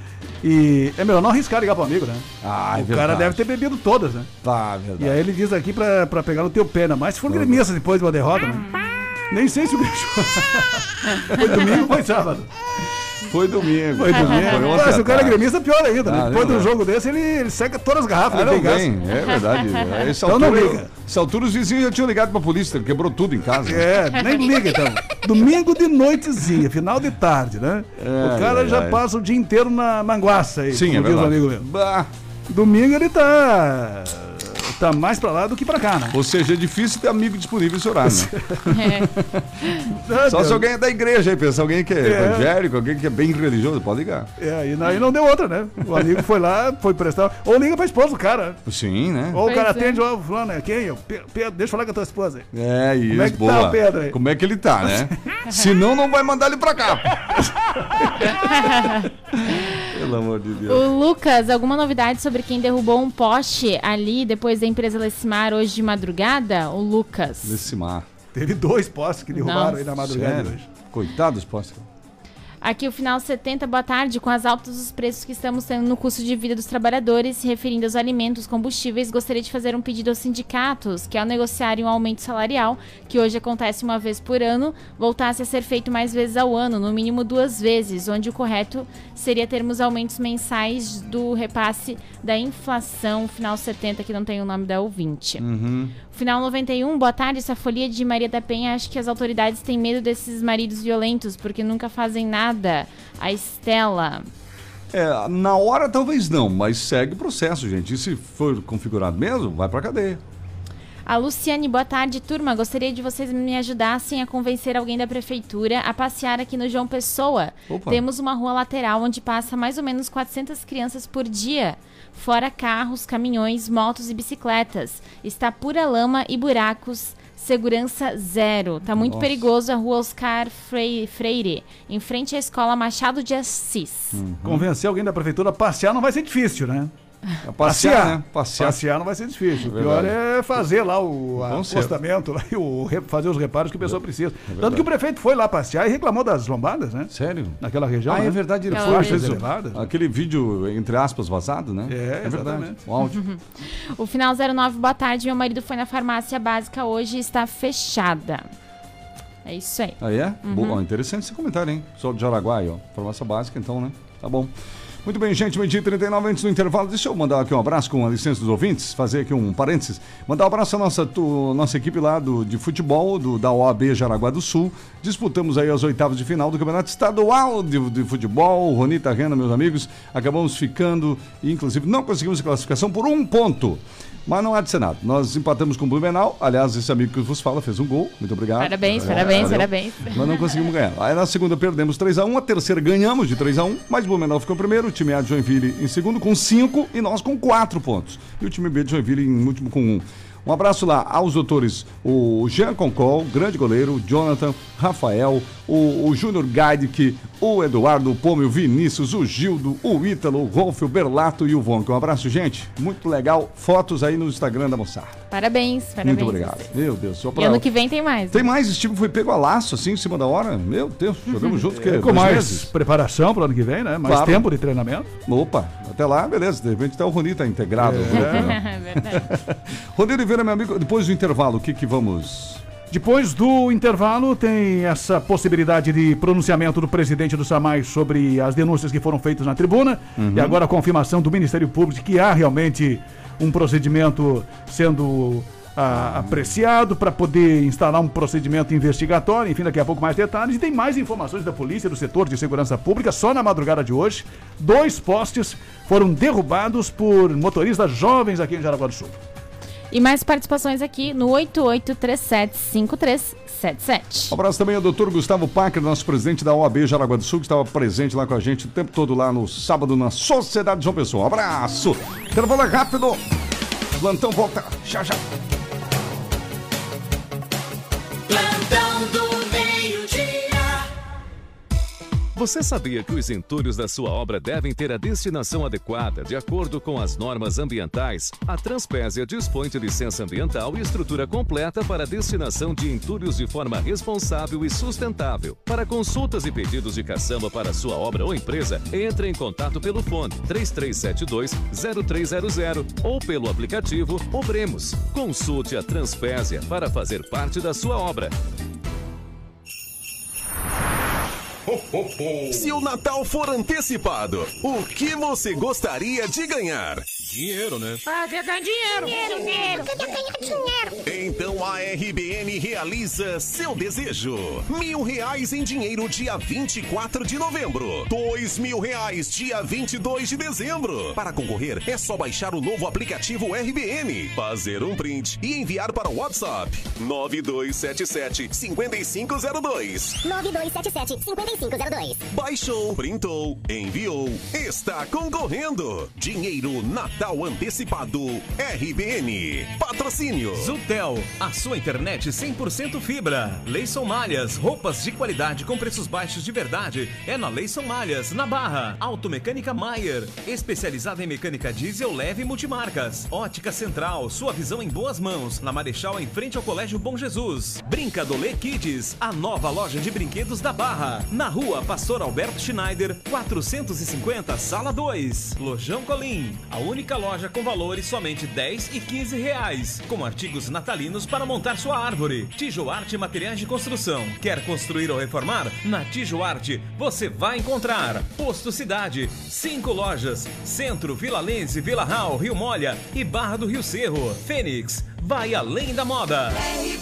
E é melhor não arriscar ligar pro amigo, né? É o cara deve ter bebido todas, né? Tá, verdade. E aí ele diz aqui pra pegar no teu pé, né? Mas se for gremista depois de uma derrota, né? Nem sei se o bicho... Foi domingo ou foi sábado? Foi domingo. Foi domingo. Mas se o cara é gremista, pior ainda, né? Depois de um jogo desse, ele seca todas as garrafas. Não vem, é verdade. Então não liga. Essa altura os vizinhos já tinham ligado pra polícia, ele quebrou tudo em casa. Nem liga então. Domingo de noitezinha, final de tarde, né? O cara já passa o dia inteiro na manguaça aí. Sim, é verdade. Diz um amigo meu. Domingo ele tá mais pra lá do que pra cá, né? Ou seja, é difícil ter amigo disponível nesse horário, né? Só se alguém é da igreja aí, pensa, alguém que é evangélico, alguém que é bem religioso, pode ligar. E aí não deu outra, né? O amigo foi lá, foi prestar. Ou liga pra esposa do cara. Sim, né? Ou o cara atende, ó, fulano, é quem? Pedro, deixa eu falar com a tua esposa aí. Isso, como é que boa. tá o Pedro aí? Como é que ele tá, né? Senão não vai mandar ele pra cá. Pelo amor de Deus. O Lucas, alguma novidade sobre quem derrubou um poste ali depois da empresa Lecimar hoje de madrugada? O Lucas. Lecimar. Teve 2 postes que derrubaram aí na madrugada de hoje. Coitado dos postes. Aqui o Final 70, boa tarde. Com as altas dos preços que estamos tendo no custo de vida dos trabalhadores, se referindo aos alimentos, combustíveis, gostaria de fazer um pedido aos sindicatos que, ao negociarem um aumento salarial, que hoje acontece uma vez por ano, voltasse a ser feito mais vezes ao ano, no mínimo 2 vezes, onde o correto seria termos aumentos mensais do repasse da inflação. Final 70, que não tem o nome da ouvinte. Final 91, boa tarde. Essa folia de Maria da Penha, acho que as autoridades têm medo desses maridos violentos, porque nunca fazem nada. A Estela. Na hora talvez não, mas segue o processo, gente. E se for configurado mesmo, vai pra cadeia. A Luciane, boa tarde, turma. Gostaria de vocês me ajudassem a convencer alguém da prefeitura a passear aqui no João Pessoa. Opa. Temos uma rua lateral onde passa mais ou menos 400 crianças por dia. Fora carros, caminhões, motos e bicicletas. Está pura lama e buracos. Segurança zero. Tá muito perigoso a rua Oscar Freire, em frente à escola Machado de Assis. Convencer alguém da prefeitura a passear não vai ser difícil, né? Passear, né? Passear não vai ser difícil. O pior é fazer lá o acostamento, lá, e fazer os reparos que a pessoa precisa. Tanto que o prefeito foi lá passear e reclamou das lombadas, né? Sério? Naquela região. É verdade, ele foi, fez elevadas. Aquele vídeo, entre aspas, vazado, né? É verdade. O áudio. O Final 09, boa tarde. Meu marido foi na farmácia básica hoje e está fechada. É isso aí. Ah, é? Bom, interessante esse comentário, hein? Só de Jaraguá, ó. Farmácia básica, então, né? Tá bom. Muito bem, gente, 12h39, antes do intervalo, deixa eu mandar aqui um abraço com a licença dos ouvintes, fazer aqui um parênteses, mandar um abraço à nossa equipe lá de futebol, da OAB Jaraguá do Sul. Disputamos aí as 8º de final do Campeonato Estadual de Futebol. Ronita Rena, meus amigos, acabamos ficando, e inclusive não conseguimos a classificação por 1 ponto. Mas não há de ser nada. Nós empatamos com o Blumenau. Aliás, esse amigo que vos fala fez um gol. Muito obrigado. Parabéns. Mas não conseguimos ganhar. Aí na segunda perdemos 3-1. A terceira ganhamos de 3-1. Mas o Blumenau ficou primeiro. time A de Joinville em segundo com 5 e nós com 4 pontos. E o time B de Joinville em último com 1. Um abraço lá aos doutores, o Jean Concol, grande goleiro, o Jonathan, Rafael, o Júnior Gaidke, o Eduardo, o Pomme, o Vinícius, o Gildo, o Ítalo, o Rolf, o Berlato e o Vonk. Um abraço, gente. Muito legal. Fotos aí no Instagram da moçada. Parabéns. Muito obrigado. Meu Deus. Só pra... E ano que vem tem mais. Tem mais? Esse time foi pego a laço, assim, em cima da hora? Meu Deus, jogamos junto. Com mais preparação para o ano que vem, né? Mais tempo de treinamento. Opa, até lá, beleza. De repente até o Rony tá integrado. É verdade. Rony Oliveira, meu amigo, depois do intervalo, o que vamos... Depois do intervalo, tem essa possibilidade de pronunciamento do presidente do SAMAI sobre as denúncias que foram feitas na tribuna. E agora a confirmação do Ministério Público que há realmente um procedimento sendo apreciado para poder instalar um procedimento investigatório. Enfim, daqui a pouco mais detalhes. E tem mais informações da polícia, do setor de segurança pública. Só na madrugada de hoje, 2 postes foram derrubados por motoristas jovens aqui em Jaraguá do Sul. E mais participações aqui no 88375377. Um abraço também ao doutor Gustavo Packer, nosso presidente da OAB Jaraguá do Sul, que estava presente lá com a gente o tempo todo lá no sábado na Sociedade João Pessoa. Um abraço! Intervalo rápido! O plantão volta já. Plantão do meio-dia. Você sabia que os entulhos da sua obra devem ter a destinação adequada, de acordo com as normas ambientais? A Transpésia dispõe de licença ambiental e estrutura completa para a destinação de entulhos de forma responsável e sustentável. Para consultas e pedidos de caçamba para sua obra ou empresa, entre em contato pelo fone 3372-0300 ou pelo aplicativo Obremos. Consulte a Transpésia para fazer parte da sua obra. Se o Natal for antecipado, o que você gostaria de ganhar? Dinheiro, né? Quer ganhar dinheiro. Dinheiro. Quer ganhar dinheiro. Então a RBN realiza seu desejo. R$1.000 em dinheiro dia 24 de novembro. R$2.000 dia 22 de dezembro. Para concorrer, é só baixar o novo aplicativo RBN, fazer um print e enviar para o WhatsApp 9277-5502. 9277-5502. Baixou, printou, enviou, está concorrendo. Dinheiro Natal antecipado RBN. Patrocínio Zutel, a sua internet 100% fibra. Leison Malhas, roupas de qualidade com preços baixos de verdade. É na Leison Malhas, na Barra. Automecânica Maier, especializada em mecânica diesel leve e multimarcas. Ótica Central, sua visão em boas mãos. Na Marechal, em frente ao Colégio Bom Jesus. Brincadolê Kids, a nova loja de brinquedos da Barra. Na rua Pastor Alberto Schneider, 450, Sala 2. Lojão Colim, a única loja com valores somente R$10 e R$15, com artigos natalinos para montar sua árvore. Tijoarte Materiais de Construção. Quer construir ou reformar? Na Tijoarte você vai encontrar Posto Cidade, 5 lojas, Centro, Vila Lense, Vila Real, Rio Molha e Barra do Rio Cerro. Fênix, vai além da moda.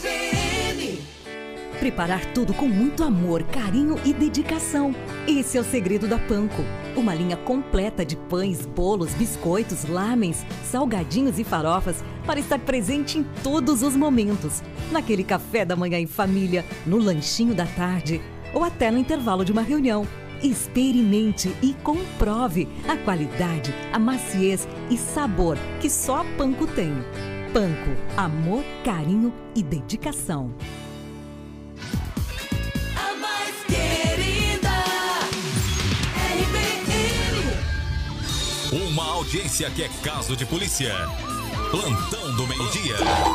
Preparar tudo com muito amor, carinho e dedicação. Esse é o segredo da Panko. Uma linha completa de pães, bolos, biscoitos, lamens, salgadinhos e farofas para estar presente em todos os momentos. Naquele café da manhã em família, no lanchinho da tarde ou até no intervalo de uma reunião. Experimente e comprove a qualidade, a maciez e sabor que só a Panko tem. Panko, amor, carinho e dedicação. Uma audiência que é caso de polícia. Plantão do meio-dia.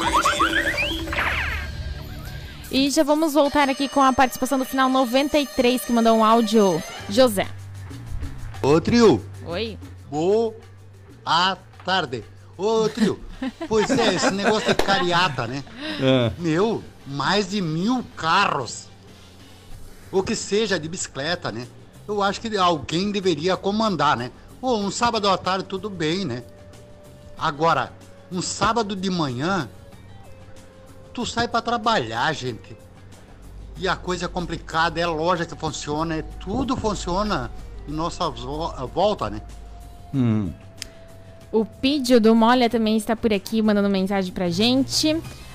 E já vamos voltar aqui com a participação do final 93, que mandou um áudio. José. Ô, trio. Oi. Boa tarde. Ô, trio. Pois é, esse negócio de carreata, né? Meu, mais de 1.000 carros. Ou que seja de bicicleta, né? Eu acho que alguém deveria comandar, né? Pô, um sábado à tarde tudo bem, né? Agora, um sábado de manhã, tu sai pra trabalhar, gente. E a coisa é complicada, é loja que funciona, tudo funciona em nossa volta, né? O Pídio do Molha também está por aqui, mandando mensagem pra gente.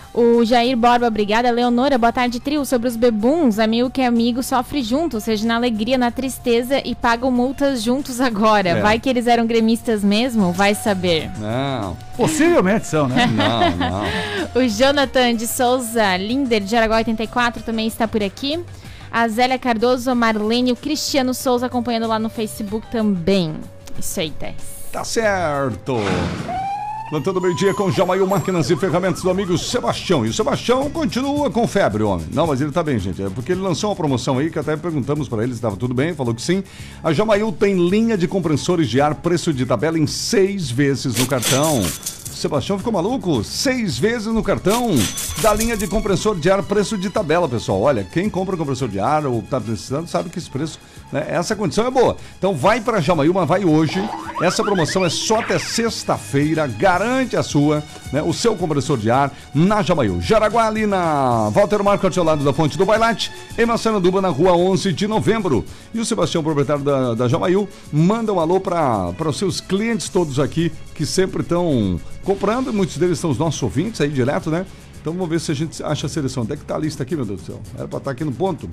O Jair Borba, obrigada. Leonora, boa tarde, trio. Sobre os bebuns, amigo que é amigo sofre junto, seja na alegria, na tristeza e pagam multas juntos agora. Vai que eles eram gremistas mesmo? Vai saber. Não. Possivelmente são, né? Não. O Jonathan de Souza Linder, de Jaraguá 84, também está por aqui. A Zélia Cardoso, a Marlene, o Cristiano Souza acompanhando lá no Facebook também. Isso aí, Tess. Tá certo. Plantando meio-dia com Jamail Máquinas e Ferramentas do amigo Sebastião. E o Sebastião continua com febre, homem. Não, mas ele tá bem, gente. É porque ele lançou uma promoção aí que até perguntamos pra ele se tava tudo bem. Falou que sim. A Jamail tem linha de compressores de ar, preço de tabela em 6 vezes no cartão. Sebastião ficou maluco? 6 vezes no cartão da linha de compressor de ar, preço de tabela, pessoal. Olha, quem compra compressor de ar ou tá precisando sabe que esse preço, né, essa condição é boa. Então vai para Jamail, mas vai hoje. Essa promoção é só até sexta-feira. Garante a sua, né, o seu compressor de ar na Jamail. Jaraguá, ali na Walter Marco, ao lado da Fonte do Bailate, em Massaranduba, na rua 11 de novembro. E o Sebastião, proprietário da Jamail, manda um alô para os seus clientes todos aqui, que sempre estão comprando, muitos deles são os nossos ouvintes aí direto, né? Então vamos ver se a gente acha a seleção. Onde é que tá a lista aqui, meu Deus do céu? Era pra estar aqui no ponto.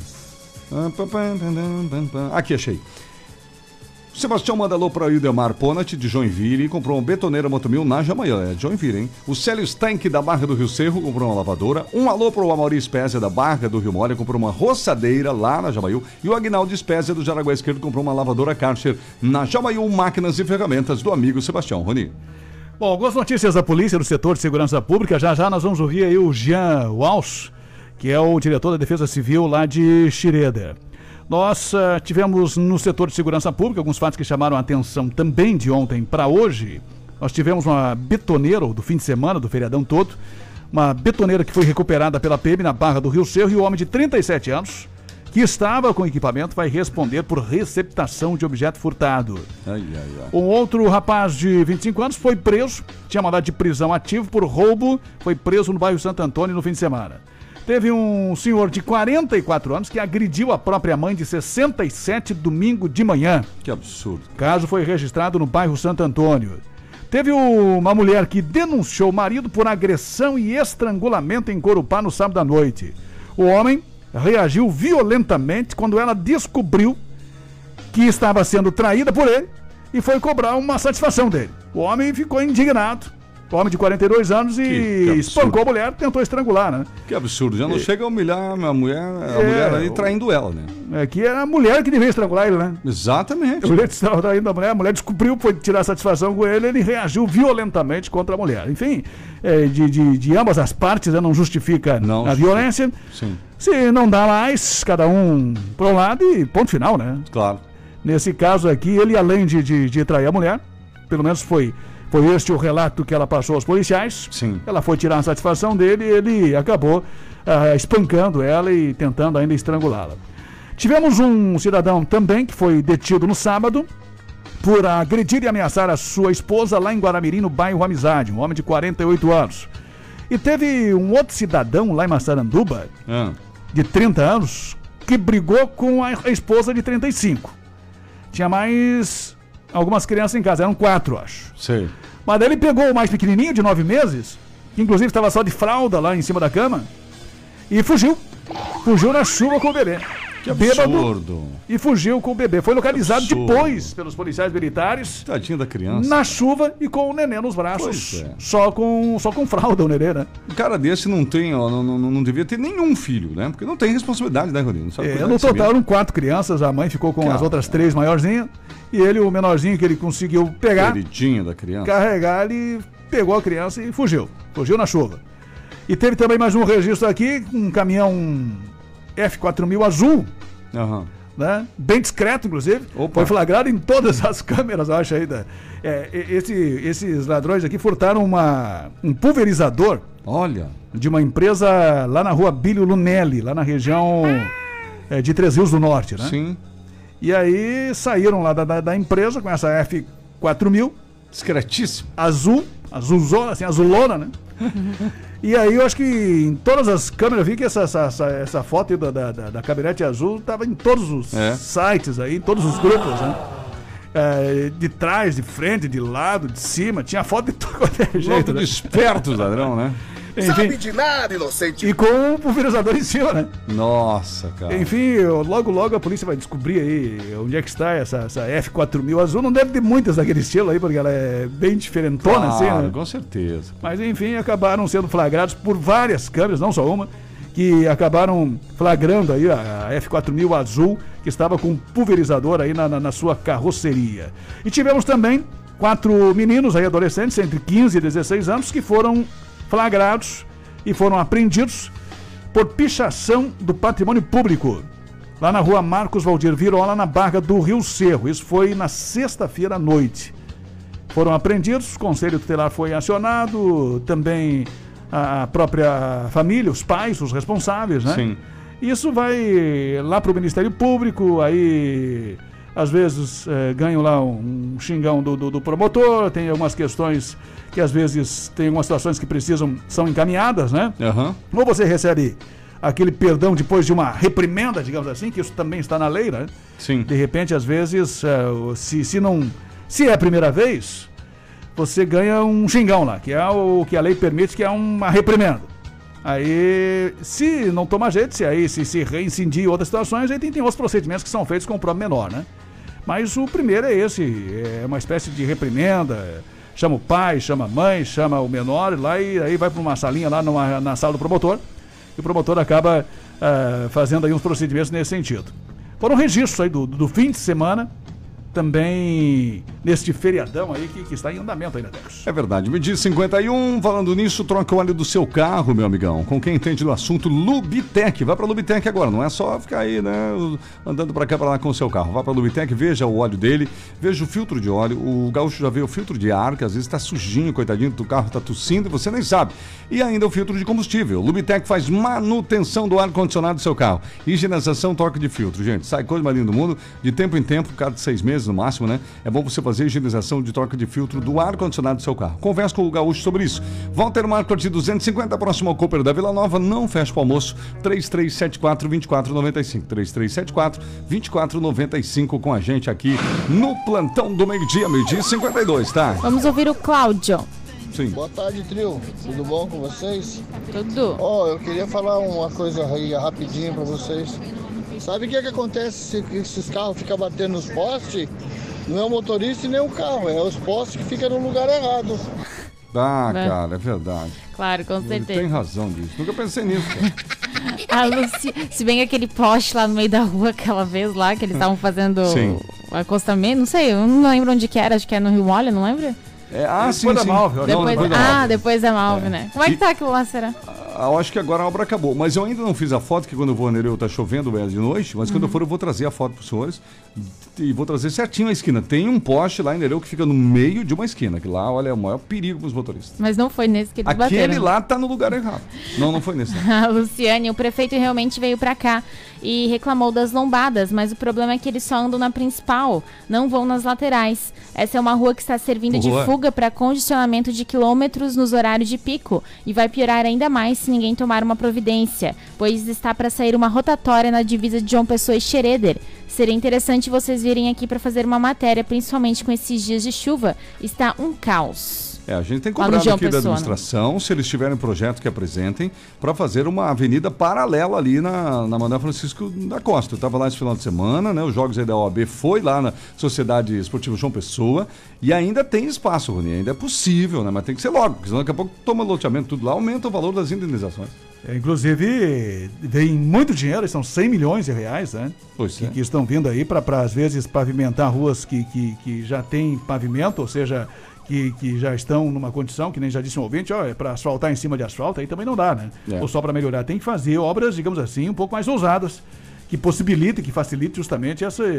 Aqui, achei. O Sebastião manda alô para o Ildemar Ponat, de Joinville, e comprou uma betoneira Motomil na Jamail, é de Joinville, hein? O Célio Stank, da Barra do Rio Cerro, comprou uma lavadora. Um alô para o Amaury Espésia, da Barra do Rio Mole, comprou uma roçadeira lá na Jamail. E o Aguinaldo Espésia, do Jaraguá Esquerdo, comprou uma lavadora Karcher na Jamail Máquinas e Ferramentas do amigo Sebastião. Rony. Bom, algumas notícias da polícia do setor de segurança pública. Já já nós vamos ouvir aí o Jean Walsh, que é o diretor da Defesa Civil lá de Schroeder. Nós tivemos no setor de segurança pública alguns fatos que chamaram a atenção também de ontem para hoje. Nós tivemos uma betoneira do fim de semana, do feriadão todo, uma betoneira que foi recuperada pela PM na Barra do Rio Cerro, e o homem de 37 anos, que estava com equipamento, vai responder por receptação de objeto furtado. Um outro rapaz de 25 anos foi preso, tinha mandado de prisão ativo por roubo, foi preso no bairro Santo Antônio no fim de semana. Teve um senhor de 44 anos que agrediu a própria mãe de 67 domingo de manhã. Que absurdo. O caso foi registrado no bairro Santo Antônio. Teve uma mulher que denunciou o marido por agressão e estrangulamento em Corupá no sábado à noite. O homem reagiu violentamente quando ela descobriu que estava sendo traída por ele e foi cobrar uma satisfação dele. O homem ficou indignado. O homem de 42 anos e espancou a mulher, tentou estrangular, né? Que absurdo, já não chega a humilhar a mulher aí traindo ela, né? É que era a mulher que devia estrangular ele, né? Exatamente. A mulher estava traindo a mulher descobriu, foi tirar satisfação com ele reagiu violentamente contra a mulher. Enfim, de ambas as partes, né? Não justifica a violência. Sim. Se não dá mais, cada um para um lado e ponto final, né? Claro. Nesse caso aqui, ele além de trair a mulher, pelo menos foi este o relato que ela passou aos policiais. Sim. Ela foi tirar a satisfação dele e ele acabou espancando ela e tentando ainda estrangulá-la. Tivemos um cidadão também que foi detido no sábado por agredir e ameaçar a sua esposa lá em Guaramirim, no bairro Amizade, um homem de 48 anos. E teve um outro cidadão lá em Massaranduba, de 30 anos, que brigou com a esposa de 35. Tinha mais algumas crianças em casa, eram 4, acho. Sei. Mas daí ele pegou o mais pequenininho, de 9 meses, que inclusive estava só de fralda lá em cima da cama, e fugiu. Fugiu na chuva com o bebê. Que absurdo. E fugiu com o bebê. Foi localizado depois pelos policiais militares. Tadinho da criança. Na chuva e com o neném nos braços. Só com fralda o neném, né? Um cara desse não tem, não devia ter nenhum filho, né? Porque não tem responsabilidade, né, Rodrigo? No total eram 4 crianças, a mãe ficou com as outras 3 maiorzinhas. E ele, o menorzinho que ele conseguiu pegar. Queridinho da criança. Carregar, ele pegou a criança e fugiu. Fugiu na chuva. E teve também mais um registro aqui, um caminhão F4000 azul, né? Bem discreto, inclusive. Foi flagrado em todas as câmeras, eu acho ainda. Esses ladrões aqui furtaram um pulverizador. Olha. De uma empresa lá na rua Bílio Lunelli, lá na região de Três Rios do Norte, né? Sim. E aí saíram lá da empresa com essa F4000. Discretíssimo. Azulzona, assim, azulona, né? E aí eu acho que em todas as câmeras eu vi que essa foto da caminhonete azul estava em todos os sites aí, em todos os grupos, né? De trás, de frente, de lado, de cima, tinha foto de todo quanto é jeito. Né? Espertos, ladrão, né? Sabe de nada, inocente. E com o pulverizador em cima, né? Nossa, cara. Enfim, logo a polícia vai descobrir aí onde é que está essa F4000 azul. Não deve ter muitas daquele estilo aí, porque ela é bem diferentona, assim, né? Com certeza. Mas enfim, acabaram sendo flagrados por várias câmeras, não só uma, que acabaram flagrando aí a F4000 azul, que estava com um pulverizador aí na sua carroceria. E tivemos também 4 meninos aí, adolescentes, entre 15 e 16 anos, que foram flagrados e foram apreendidos por pichação do patrimônio público, lá na rua Marcos Valdir Virola, na Barra do Rio Cerro. Isso foi na sexta-feira à noite. Foram apreendidos, o Conselho Tutelar foi acionado, também a própria família, os pais, os responsáveis, né? Sim. Isso vai lá para o Ministério Público, aí às vezes ganham lá um xingão do promotor, tem algumas questões que às vezes tem algumas situações que são encaminhadas, né? Uhum. Ou você recebe aquele perdão depois de uma reprimenda, digamos assim, que isso também está na lei, né? Sim. De repente, às vezes, se é a primeira vez, você ganha um xingão lá, que é o que a lei permite, que é uma reprimenda. Aí, se não tomar jeito, se reincidir outras situações, aí tem outros procedimentos que são feitos com o próprio menor, né? Mas o primeiro é esse, é uma espécie de reprimenda, chama o pai, chama a mãe, chama o menor, lá e aí vai para uma salinha lá na sala do promotor, e o promotor acaba fazendo aí uns procedimentos nesse sentido. Foram registros aí do fim de semana, também neste feriadão aí que está em andamento ainda, Deus. É verdade. Me diz 51, falando nisso, troca o óleo do seu carro, meu amigão. Com quem entende do assunto, Lubitec. Vá pra Lubitec agora, não é só ficar aí, né, andando pra cá, pra lá com o seu carro. Vá pra Lubitec, veja o óleo dele, veja o filtro de óleo. O gaúcho já vê o filtro de ar, que às vezes tá sujinho, coitadinho do carro, tá tossindo e você nem sabe. E ainda o filtro de combustível. Lubitec faz manutenção do ar-condicionado do seu carro. Higienização, troca de filtro. Gente, sai coisa mais linda do mundo, de tempo em tempo, cada 6 meses no máximo, né? É bom você fazer higienização de troca de filtro do ar-condicionado do seu carro. Converse com o gaúcho sobre isso. Walter Marco de 250, próximo ao Cooper da Vila Nova, não fecha o almoço. 3374-2495. 3374-2495 com a gente aqui no Plantão do Meio-Dia, 12h52, tá? Vamos ouvir o Cláudio. Sim. Boa tarde, trio. Tudo bom com vocês? Tudo. Eu queria falar uma coisa aí rapidinho pra vocês. Sabe o que acontece se esses carros ficam batendo nos postes? Não é o motorista e nem o carro, é os postes que ficam no lugar errado. Cara, é verdade. Claro, com certeza. Ele tem razão disso. Nunca pensei nisso, cara. Se bem aquele poste lá no meio da rua aquela vez lá, que eles estavam fazendo o acostamento, não sei, eu não lembro onde que era, acho que é no Rio Molha, não lembra? Depois da Malve. Depois da Malve, né? Como é que tá aquilo lá, será? Eu acho que agora a obra acabou, mas eu ainda não fiz a foto, que quando eu vou a Nereu tá chovendo de noite, mas quando eu for eu vou trazer a foto para os senhores e vou trazer certinho a esquina. Tem um poste lá em Nereu que fica no meio de uma esquina, que lá, olha, é o maior perigo para os motoristas. Mas não foi nesse que eles bateram. Aquele lá tá no lugar errado. Não foi nesse. Luciane, o prefeito realmente veio para cá e reclamou das lombadas, mas o problema é que eles só andam na principal, não vão nas laterais. Essa é uma rua que está servindo de fuga para congestionamento de quilômetros nos horários de pico e vai piorar ainda mais se ninguém tomar uma providência, pois está para sair uma rotatória na divisa de João Pessoa e Xereder. Seria interessante vocês virem aqui para fazer uma matéria, principalmente com esses dias de chuva. Está um caos. A gente tem cobrado aqui da administração, se eles tiverem projeto que apresentem, para fazer uma avenida paralela ali na Manuel Francisco da Costa. Eu estava lá esse final de semana, né? Os jogos aí da OAB foi lá na Sociedade Esportiva João Pessoa e ainda tem espaço, Rony, ainda é possível, né? Mas tem que ser logo, porque senão daqui a pouco toma loteamento tudo lá, aumenta o valor das indenizações. Inclusive, vem muito dinheiro, são 100 milhões de reais, né? Que estão vindo aí para às vezes pavimentar ruas que já tem pavimento, ou seja, que já estão numa condição, que nem já disse um ouvinte, é para asfaltar em cima de asfalto, aí também não dá, né? Ou só para melhorar, tem que fazer obras, digamos assim, um pouco mais ousadas, que possibilitem, que facilitem justamente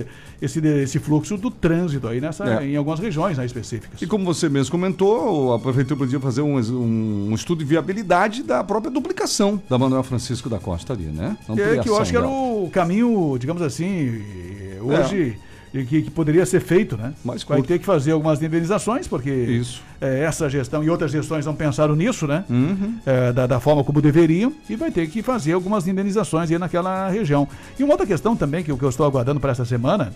esse fluxo do trânsito aí em algumas regiões, né, específicas. E como você mesmo comentou, a prefeitura podia fazer um estudo de viabilidade da própria duplicação da Manuel Francisco da Costa ali, né? Que eu acho que era o caminho, digamos assim, hoje... Que poderia ser feito, né? Vai ter que fazer algumas indenizações, porque essa gestão e outras gestões não pensaram nisso, né? Da forma como deveriam, e vai ter que fazer algumas indenizações aí naquela região. E uma outra questão também que eu estou aguardando para essa semana,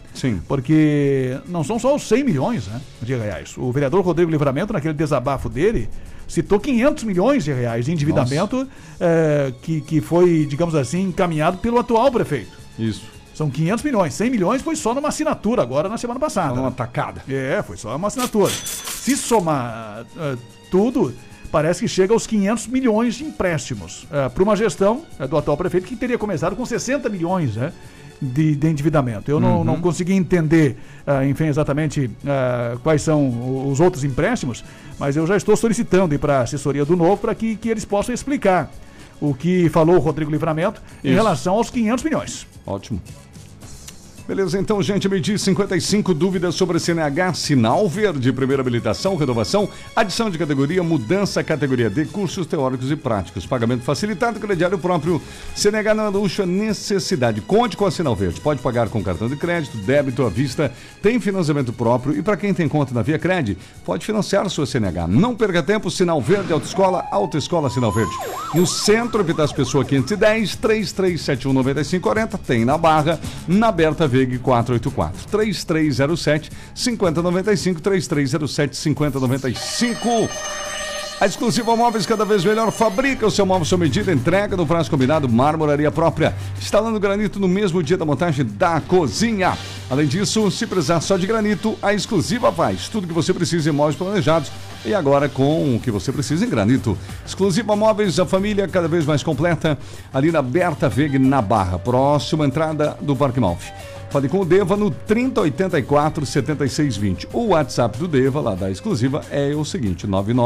porque não são só os 100 milhões, né, de reais. O vereador Rodrigo Livramento, naquele desabafo dele, citou 500 milhões de reais de endividamento que foi, digamos assim, encaminhado pelo atual prefeito. Isso. São 500 milhões. 100 milhões foi só numa assinatura agora na semana passada. Numa tacada. Foi só uma assinatura. Se somar tudo, parece que chega aos 500 milhões de empréstimos para uma gestão do atual prefeito que teria começado com 60 milhões, né, de endividamento. Eu não consegui entender, enfim, exatamente quais são os outros empréstimos, mas eu já estou solicitando para a assessoria do Novo para que eles possam explicar o que falou o Rodrigo Livramento em relação aos 500 milhões. Ótimo. Beleza, então, gente, meio-dia 55, dúvidas sobre CNH, sinal verde, primeira habilitação, renovação, adição de categoria, mudança, categoria D, cursos teóricos e práticos, pagamento facilitado, crediário próprio, CNH não é luxo, é necessidade. Conte com a sinal verde, pode pagar com cartão de crédito, débito à vista, tem financiamento próprio e para quem tem conta na Via Cred, pode financiar sua CNH. Não perca tempo, sinal verde, autoescola Sinal Verde. No centro, Epitácio Pessoa 510, 33719540, tem na Barra, na Berta Verde, 484 3307 5095 3307 5095. A Exclusiva Móveis, cada vez melhor, fabrica o seu móvel sob medida, entrega no prazo combinado, marmoraria própria, instalando granito no mesmo dia da montagem da cozinha. Além disso, se precisar só de granito, a Exclusiva faz tudo que você precisa em móveis planejados e agora com o que você precisa em granito. Exclusiva Móveis, a família cada vez mais completa, ali na Berta Veg, na Barra, próxima entrada do Parque Malfi. Fale com o Deva no 3084-7620. O WhatsApp do Deva, lá da Exclusiva, é o seguinte,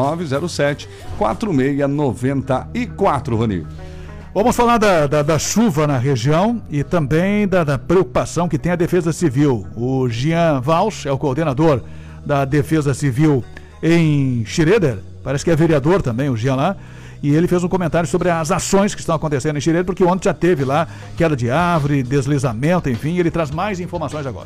9907-4694, Rony. Vamos falar da chuva na região e também da preocupação que tem a Defesa Civil. O Jean Valls é o coordenador da Defesa Civil em Schroeder, parece que é vereador também, o Jean lá. E ele fez um comentário sobre as ações que estão acontecendo em Schroeder, porque ontem já teve lá queda de árvore, deslizamento, enfim, ele traz mais informações agora.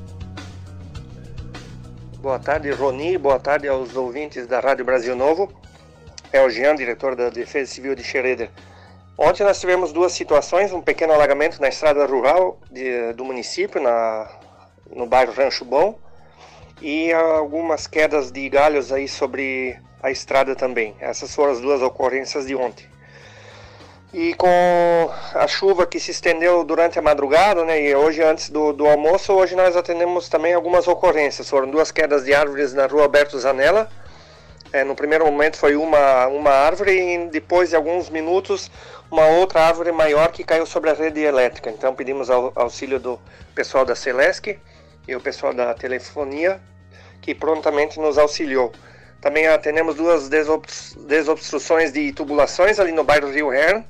Boa tarde, Rony, boa tarde aos ouvintes da Rádio Brasil Novo. É o Jean, diretor da Defesa Civil de Schroeder. Ontem nós tivemos duas situações, um pequeno alagamento na estrada rural do município, no bairro Rancho Bom, e algumas quedas de galhos aí sobre a estrada também. Essas foram as duas ocorrências de ontem. E com a chuva que se estendeu durante a madrugada, né, e hoje antes do almoço, hoje nós atendemos também algumas ocorrências. Foram duas quedas de árvores na rua Alberto Zanella. No primeiro momento foi uma árvore e depois de alguns minutos uma outra árvore maior que caiu sobre a rede elétrica. Então pedimos auxílio do pessoal da Celesc e o pessoal da telefonia, que prontamente nos auxiliou. Também atendemos duas desobstruções de tubulações ali no bairro Rio Hern,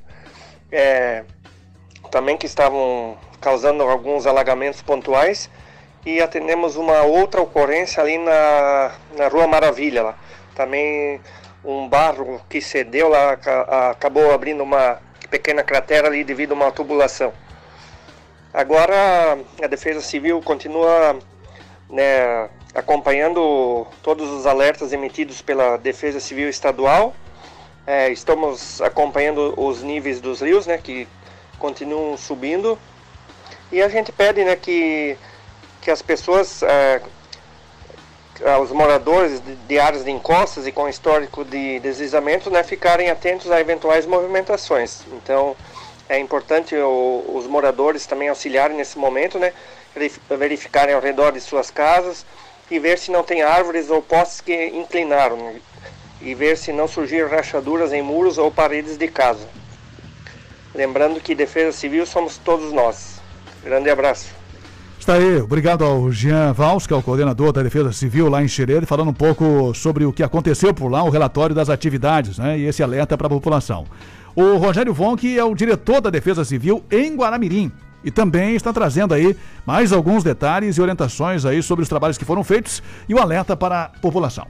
também que estavam causando alguns alagamentos pontuais. E atendemos uma outra ocorrência ali na Rua Maravilha. Lá. Também um barro que cedeu lá, acabou abrindo uma pequena cratera ali devido a uma tubulação. Agora a Defesa Civil continua, né, acompanhando todos os alertas emitidos pela Defesa Civil Estadual. Estamos acompanhando os níveis dos rios, né, que continuam subindo. E a gente pede, né, que as pessoas, os moradores de áreas de encostas e com histórico de deslizamento, né, ficarem atentos a eventuais movimentações. Então é importante os moradores também auxiliarem nesse momento, né, verificarem ao redor de suas casas e ver se não tem árvores ou postes que inclinaram, né, e ver se não surgiram rachaduras em muros ou paredes de casa. Lembrando que Defesa Civil somos todos nós. Grande abraço. Está aí, obrigado ao Jean Valls, que é o coordenador da Defesa Civil lá em Schroeder, falando um pouco sobre o que aconteceu por lá, o relatório das atividades, né, e esse alerta para a população. O Rogério Vonck é o diretor da Defesa Civil em Guaramirim e também está trazendo aí mais alguns detalhes e orientações aí sobre os trabalhos que foram feitos e o alerta para a população.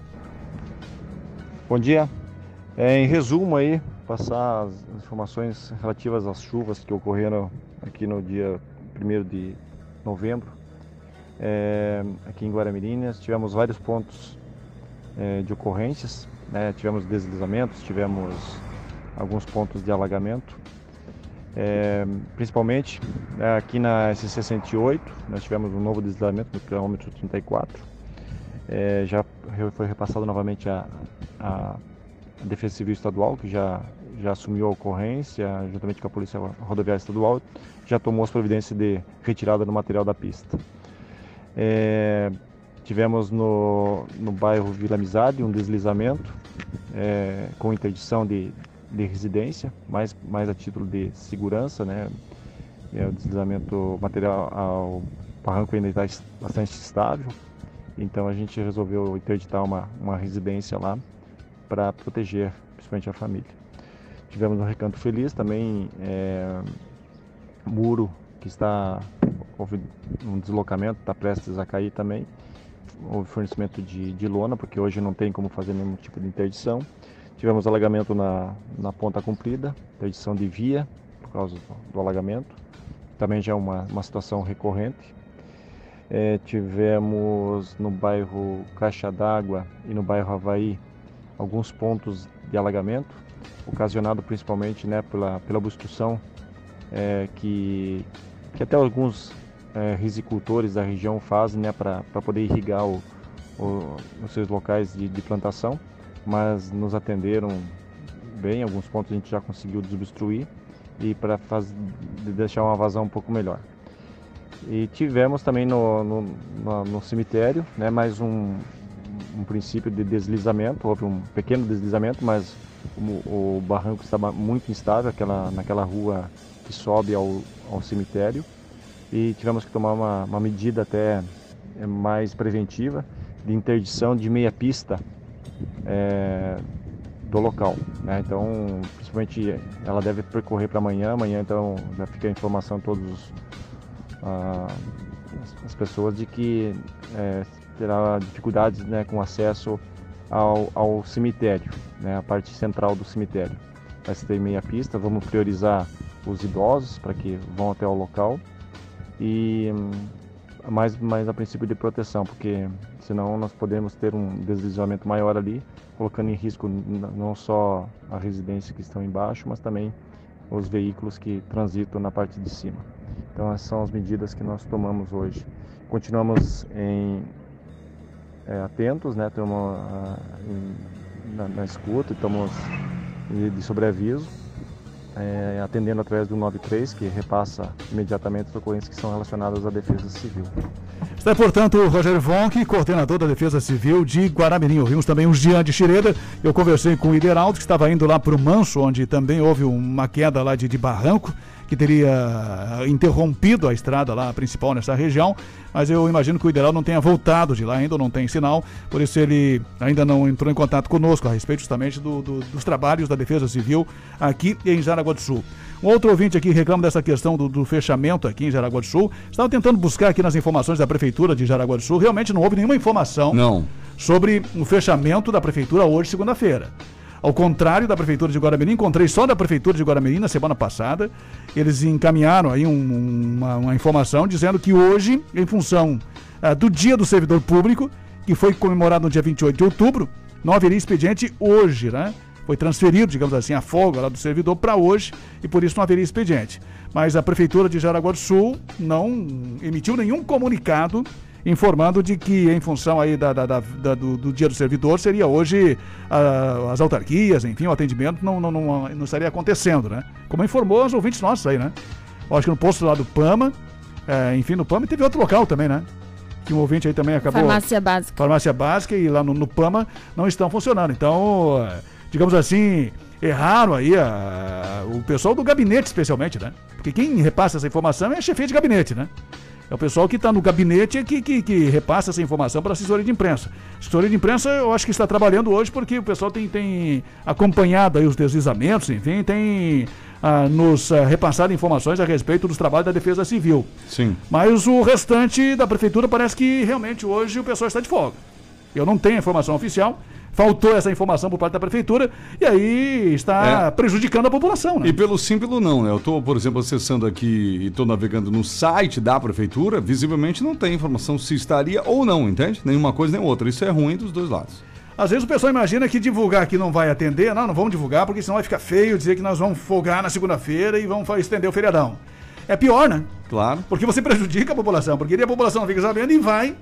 Bom dia. Em resumo aí, passar as informações relativas às chuvas que ocorreram aqui no dia 1º de novembro. Aqui em Guaramirim nós tivemos vários pontos de ocorrências, né? Tivemos deslizamentos, tivemos alguns pontos de alagamento. Principalmente aqui na SC-108, nós tivemos um novo deslizamento no quilômetro 34. Já foi repassado novamente a Defesa Civil Estadual, que já assumiu a ocorrência, juntamente com a Polícia Rodoviária Estadual, já tomou as providências de retirada do material da pista. Tivemos no bairro Vila Amizade um deslizamento com interdição de residência, mais a título de segurança, né? O deslizamento material, o barranco ainda está bastante estável, então a gente resolveu interditar uma residência lá para proteger principalmente a família. Tivemos no Recanto Feliz também muro que houve um deslocamento, está prestes a cair também. Houve fornecimento de lona, porque hoje não tem como fazer nenhum tipo de interdição. Tivemos alagamento na Ponta Comprida, interdição de via por causa do alagamento. Também já é uma situação recorrente. Tivemos no bairro Caixa d'Água e no bairro Havaí alguns pontos de alagamento, ocasionado principalmente, né, pela obstrução que até alguns risicultores da região fazem, né, para poder irrigar os seus locais de plantação, mas nos atenderam bem, alguns pontos a gente já conseguiu desobstruir e para deixar uma vazão um pouco melhor. E tivemos também no cemitério, né, mais um princípio de deslizamento, houve um pequeno deslizamento, mas o barranco estava muito instável, naquela rua que sobe ao cemitério, e tivemos que tomar uma medida até mais preventiva de interdição de meia pista do local, né? Então, principalmente ela deve percorrer para amanhã então já fica a informação a todos as pessoas de que terá dificuldades, né, com acesso ao cemitério, né, a parte central do cemitério. Vai ter meia pista, vamos priorizar os idosos para que vão até o local e mais a princípio de proteção, porque senão nós podemos ter um deslizamento maior ali, colocando em risco não só a residência que estão embaixo, mas também os veículos que transitam na parte de cima. Então essas são as medidas que nós tomamos hoje. Continuamos atentos, né? Estamos na escuta, estamos de sobreaviso, atendendo através do 93, que repassa imediatamente as ocorrências que são relacionadas à Defesa Civil. Está, portanto, o Rogério Vonck, coordenador da Defesa Civil de Guaramirim. Ouvimos também os Jean de Schroeder. Eu conversei com o Ideraldo, que estava indo lá para o Manso, onde também houve uma queda lá de barranco, que teria interrompido a estrada lá principal nessa região, mas eu imagino que o Ideraldo não tenha voltado de lá ainda, não tem sinal, por isso ele ainda não entrou em contato conosco a respeito justamente dos trabalhos da Defesa Civil aqui em Jaraguá do Sul. Um outro ouvinte aqui reclama dessa questão do fechamento aqui em Jaraguá do Sul. Estava tentando buscar aqui nas informações da Prefeitura de Jaraguá do Sul, realmente não houve nenhuma informação sobre o fechamento da Prefeitura hoje, segunda-feira. Ao contrário da Prefeitura de Guaramirim, encontrei só da Prefeitura de Guaramirim na semana passada. Eles encaminharam aí uma informação dizendo que hoje, em função do Dia do Servidor Público, que foi comemorado no dia 28 de outubro, não haveria expediente hoje, né? Foi transferido, digamos assim, a folga lá do servidor para hoje e por isso não haveria expediente. Mas a Prefeitura de Jaraguá do Sul não emitiu nenhum comunicado informando de que, em função aí do Dia do Servidor, seria hoje as autarquias, enfim, o atendimento não estaria acontecendo, né? Como informou os ouvintes nossos aí, né? Eu acho que no posto lá do Pama, enfim, no Pama, e teve outro local também, né? Que um ouvinte aí também acabou... Farmácia Básica e lá no Pama não estão funcionando. Então, digamos assim, erraram aí o pessoal do gabinete, especialmente, né? Porque quem repassa essa informação é a chefia de gabinete, né? É o pessoal que está no gabinete que repassa essa informação para a assessoria de imprensa. A assessoria de imprensa, eu acho que está trabalhando hoje porque o pessoal tem acompanhado aí os deslizamentos, enfim, tem nos repassado informações a respeito dos trabalhos da Defesa Civil. Sim. Mas o restante da Prefeitura parece que realmente hoje o pessoal está de folga. Eu não tenho a informação oficial. Faltou essa informação por parte da Prefeitura e aí está prejudicando a população, né? E pelo sim, pelo não, né? Eu estou, por exemplo, acessando aqui e estou navegando no site da Prefeitura, visivelmente não tem informação se estaria ou não, entende? Nenhuma coisa nem outra. Isso é ruim dos dois lados. Às vezes o pessoal imagina que divulgar aqui não vai atender. Não vamos divulgar porque senão vai ficar feio dizer que nós vamos folgar na segunda-feira e vamos estender o feriadão. É pior, né? Claro. Porque você prejudica a população, porque a população não fica sabendo e vai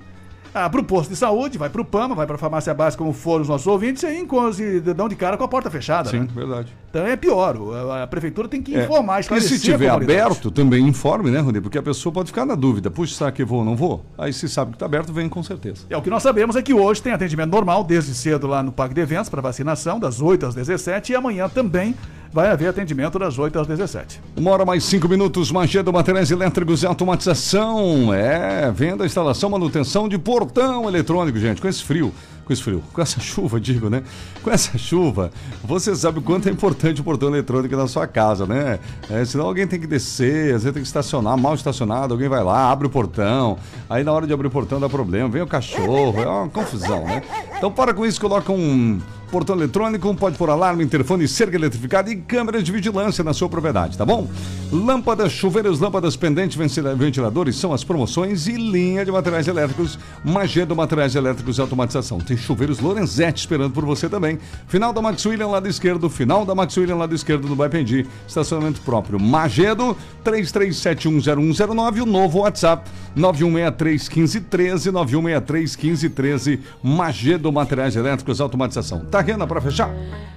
Para o posto de saúde, vai para o PAMA, vai para a farmácia básica, como foram os nossos ouvintes, e aí dão de cara com a porta fechada. Sim, né? Verdade. Então é pior. A prefeitura tem que informar, E esclarecer. se tiver aberto, também informe, né, Rony? Porque a pessoa pode ficar na dúvida. Puxa, será que vou ou não vou? Aí se sabe que está aberto, vem com certeza. O que nós sabemos é que hoje tem atendimento normal, desde cedo lá no Parque de Eventos, para vacinação, das 8 às 17, e amanhã também vai haver atendimento das 8 às 17. 1h mais 5 minutos, Magedo Materiais Elétricos e Automatização. Venda, instalação, manutenção de portão eletrônico, gente, com esse frio, com essa chuva, digo, né? Com essa chuva, você sabe o quanto é importante o portão eletrônico na sua casa, né? Senão alguém tem que descer, às vezes tem que estacionar, mal estacionado, alguém vai lá, abre o portão, aí na hora de abrir o portão dá problema, vem o cachorro, é uma confusão, né? Então para com isso, coloca um portão eletrônico, pode pôr alarme, interfone, cerca eletrificada e câmeras de vigilância na sua propriedade, tá bom? Lâmpadas, chuveiros, lâmpadas pendentes, ventiladores são as promoções e linha de materiais elétricos, Magedo Materiais Elétricos e Automatização. Tem chuveiros Lorenzetti esperando por você também. Final da Max William, lado esquerdo, no Baipendi, estacionamento próprio. Magedo, 33710109, o novo WhatsApp, 91631513, 91631513, Magedo Materiais Elétricos e Automatização. Tá, Rena, para fechar?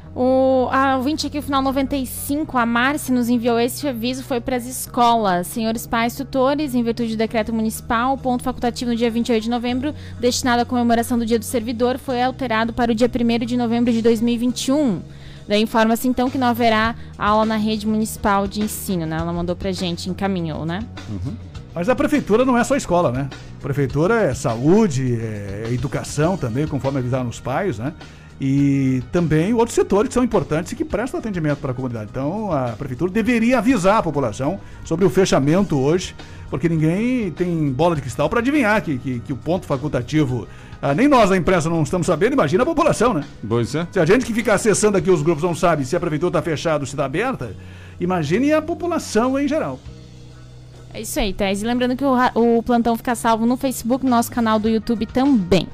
A ouvinte aqui, o final 95, a Márcia nos enviou esse aviso, foi para as escolas. Senhores pais tutores, em virtude do decreto municipal, o ponto facultativo no dia 28 de novembro, destinado à comemoração do Dia do Servidor, foi alterado para o dia 1º de novembro de 2021. Daí informa-se então que não haverá aula na rede municipal de ensino, né? Ela mandou pra gente, encaminhou, né? Uhum. Mas a prefeitura não é só escola, né? A prefeitura é saúde, é educação também, conforme avisaram os pais, né? E também outros setores que são importantes e que prestam atendimento para a comunidade. Então, a prefeitura deveria avisar a população sobre o fechamento hoje, porque ninguém tem bola de cristal para adivinhar que o ponto facultativo... nem nós da imprensa não estamos sabendo, imagina a população, né? Pois é. Se a gente que fica acessando aqui os grupos não sabe se a prefeitura está fechada ou se está aberta, imagine a população em geral. É isso aí, Thais. E lembrando que o plantão fica salvo no Facebook, no nosso canal do YouTube também.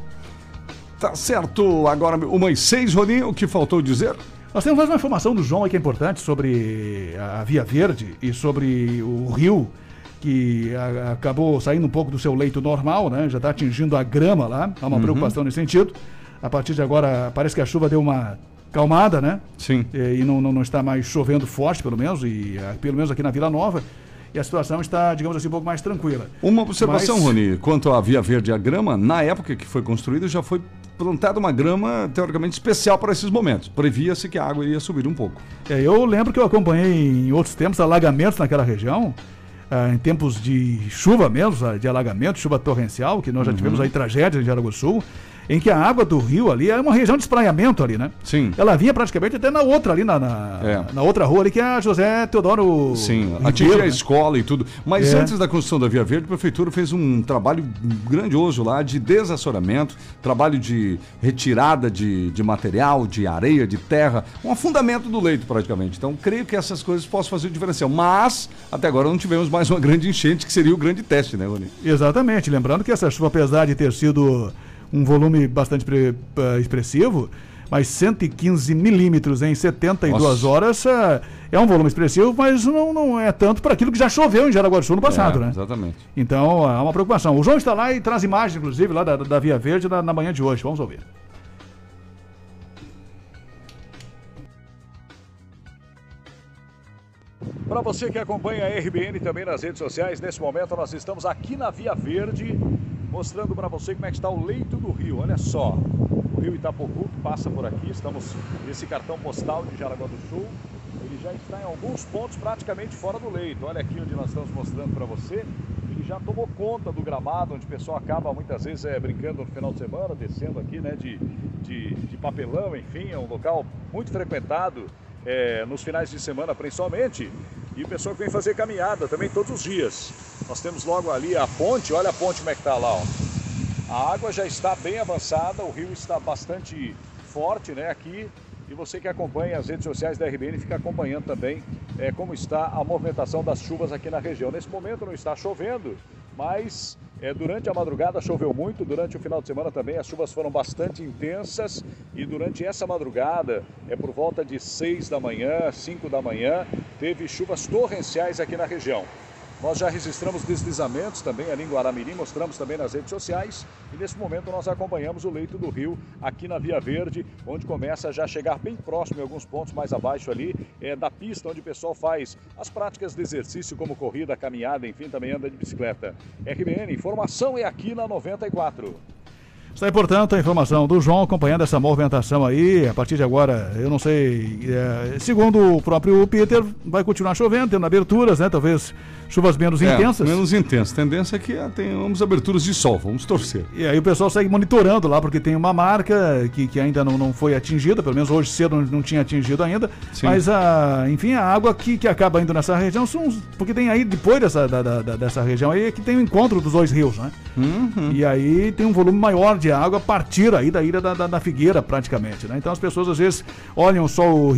Tá certo. Agora, 1h06, Roninho, o que faltou dizer? Nós temos mais uma informação do João aí que é importante sobre a Via Verde e sobre o rio, que acabou saindo um pouco do seu leito normal, né? Já está atingindo a grama lá, há uma preocupação nesse sentido. A partir de agora, parece que a chuva deu uma calmada, né? Sim. E não está mais chovendo forte, pelo menos aqui na Vila Nova. E a situação está, digamos assim, um pouco mais tranquila. Uma observação, Rony, quanto à Via Verde e a grama, na época que foi construída já foi plantada uma grama teoricamente especial para esses momentos. Previa-se que a água iria subir um pouco. Eu lembro que eu acompanhei em outros tempos alagamentos naquela região, em tempos de chuva mesmo, de alagamento, chuva torrencial, que nós já tivemos aí tragédias em Jaraguá do Sul, em que a água do rio ali é uma região de espraiamento ali, né? Sim. Ela vinha praticamente até na outra ali, na outra rua ali, que é a José Teodoro. Sim, atingia a escola e tudo. Mas antes da construção da Via Verde, a prefeitura fez um trabalho grandioso lá de desassoramento, trabalho de retirada de material, de areia, de terra, um afundamento do leito praticamente. Então, creio que essas coisas possam fazer diferencial. Mas, até agora não tivemos mais uma grande enchente, que seria o grande teste, né, Rony? Exatamente. Lembrando que essa chuva, apesar de ter sido um volume bastante expressivo, mas 115 milímetros em 72 horas é um volume expressivo, mas não é tanto para aquilo que já choveu em Jaraguá do Sul no passado, né? Exatamente. Então, há uma preocupação. O João está lá e traz imagens, inclusive, lá da Via Verde na manhã de hoje. Vamos ouvir. Para você que acompanha a RBN também nas redes sociais, nesse momento nós estamos aqui na Via Verde, mostrando para você como é que está o leito do rio. Olha só, o rio Itapocu que passa por aqui, estamos nesse cartão postal de Jaraguá do Sul. Ele já está em alguns pontos praticamente fora do leito. Olha aqui onde nós estamos mostrando para você. Ele já tomou conta do gramado, onde o pessoal acaba muitas vezes brincando no final de semana, descendo aqui, né, de papelão, enfim, é um local muito frequentado nos finais de semana principalmente. E o pessoal que vem fazer caminhada também todos os dias. Nós temos logo ali a ponte, olha a ponte como é que está lá, ó. A água já está bem avançada, o rio está bastante forte, né, aqui. E você que acompanha as redes sociais da RBN fica acompanhando também como está a movimentação das chuvas aqui na região. Nesse momento não está chovendo, mas durante a madrugada choveu muito, durante o final de semana também as chuvas foram bastante intensas e durante essa madrugada, por volta de 6 da manhã, 5 da manhã, teve chuvas torrenciais aqui na região. Nós já registramos deslizamentos também ali em Guaramirim, mostramos também nas redes sociais. E nesse momento nós acompanhamos o leito do rio aqui na Via Verde, onde começa já a chegar bem próximo, em alguns pontos mais abaixo ali, da pista onde o pessoal faz as práticas de exercício como corrida, caminhada, enfim, também anda de bicicleta. RBN, informação é aqui na 94. Está aí, portanto, a informação do João acompanhando essa movimentação aí. A partir de agora, eu não sei, segundo o próprio Peter, vai continuar chovendo, tendo aberturas, né? Talvez chuvas menos intensas. Menos intensas. Tendência é que tenhamos aberturas de sol, vamos torcer. E aí o pessoal segue monitorando lá, porque tem uma marca que ainda não foi atingida, pelo menos hoje cedo não tinha atingido ainda. Sim. Mas, enfim, a água que acaba indo nessa região, porque tem aí, depois dessa região aí, que tem o encontro dos dois rios, né? Uhum. E aí tem um volume maior de água a partir aí da ilha da Figueira, praticamente, né? Então as pessoas às vezes olham só o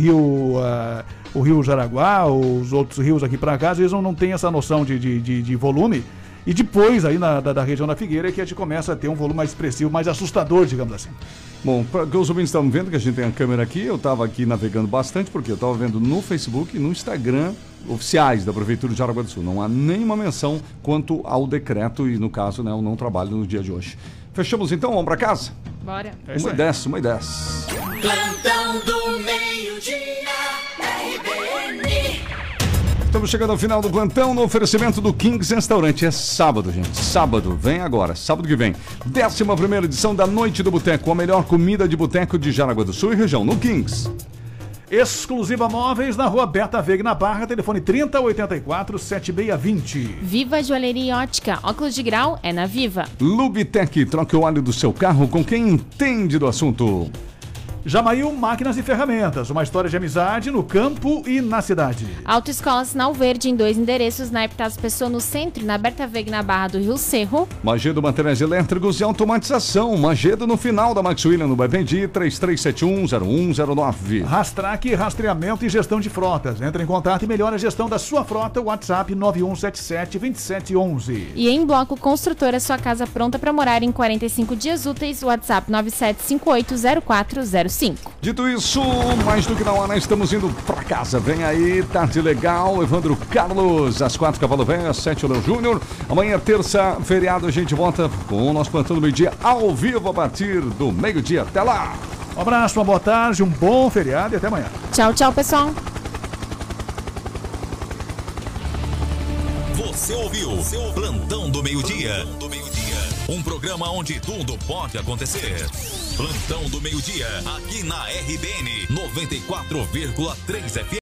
rio Jaraguá, os outros rios aqui para cá, às vezes não tem essa noção de volume. E depois aí da região da Figueira é que a gente começa a ter um volume mais expressivo, mais assustador, digamos assim. Bom, para os ouvintes estão vendo que a gente tem a câmera aqui, eu estava aqui navegando bastante, porque eu estava vendo no Facebook e no Instagram oficiais da Prefeitura de Jaraguá do Sul. Não há nenhuma menção quanto ao decreto e, no caso, né, o não trabalho no dia de hoje. Fechamos então, vamos para casa? Bora. 1h10. Plantão do meio-dia, RBN. Estamos chegando ao final do plantão no oferecimento do Kings Restaurante. É sábado, gente. Sábado, vem agora. Sábado que vem. 11ª edição da Noite do Boteco. A melhor comida de boteco de Jaraguá do Sul e região, no Kings. Exclusiva Móveis na rua Berta Veiga, na Barra, telefone 3084-7620. Viva Joalheria e Ótica, óculos de grau é na Viva. Lubitec, troque o óleo do seu carro com quem entende do assunto. Jamail Máquinas e Ferramentas, uma história de amizade no campo e na cidade. Autoescola Sinal Verde em 2 endereços, na Epitácio Pessoa no centro e na Berta Veiga na Barra do Rio Cerro. Magedo Materiais Elétricos e Automatização, Magedo no final da Max William no Bevendi, 33710109. Rastrac, rastreamento e gestão de frotas. Entre em contato e melhore a gestão da sua frota, WhatsApp 9177-2711. E em Bloco Construtora, sua casa pronta para morar em 45 dias úteis, WhatsApp 97580405. Dito isso, mais do que na hora, estamos indo pra casa. Vem aí, Tarde Legal, Evandro Carlos, às 4, Cavalo Velho, às 7, o Léo Júnior. Amanhã, terça, feriado, a gente volta com o nosso Plantão do Meio-Dia ao vivo a partir do meio-dia. Até lá! Um abraço, uma boa tarde, um bom feriado e até amanhã. Tchau, tchau, pessoal. Você ouviu o Plantão do Meio-Dia. Um programa onde tudo pode acontecer. Plantão do Meio-Dia, aqui na RBN 94,3 FM.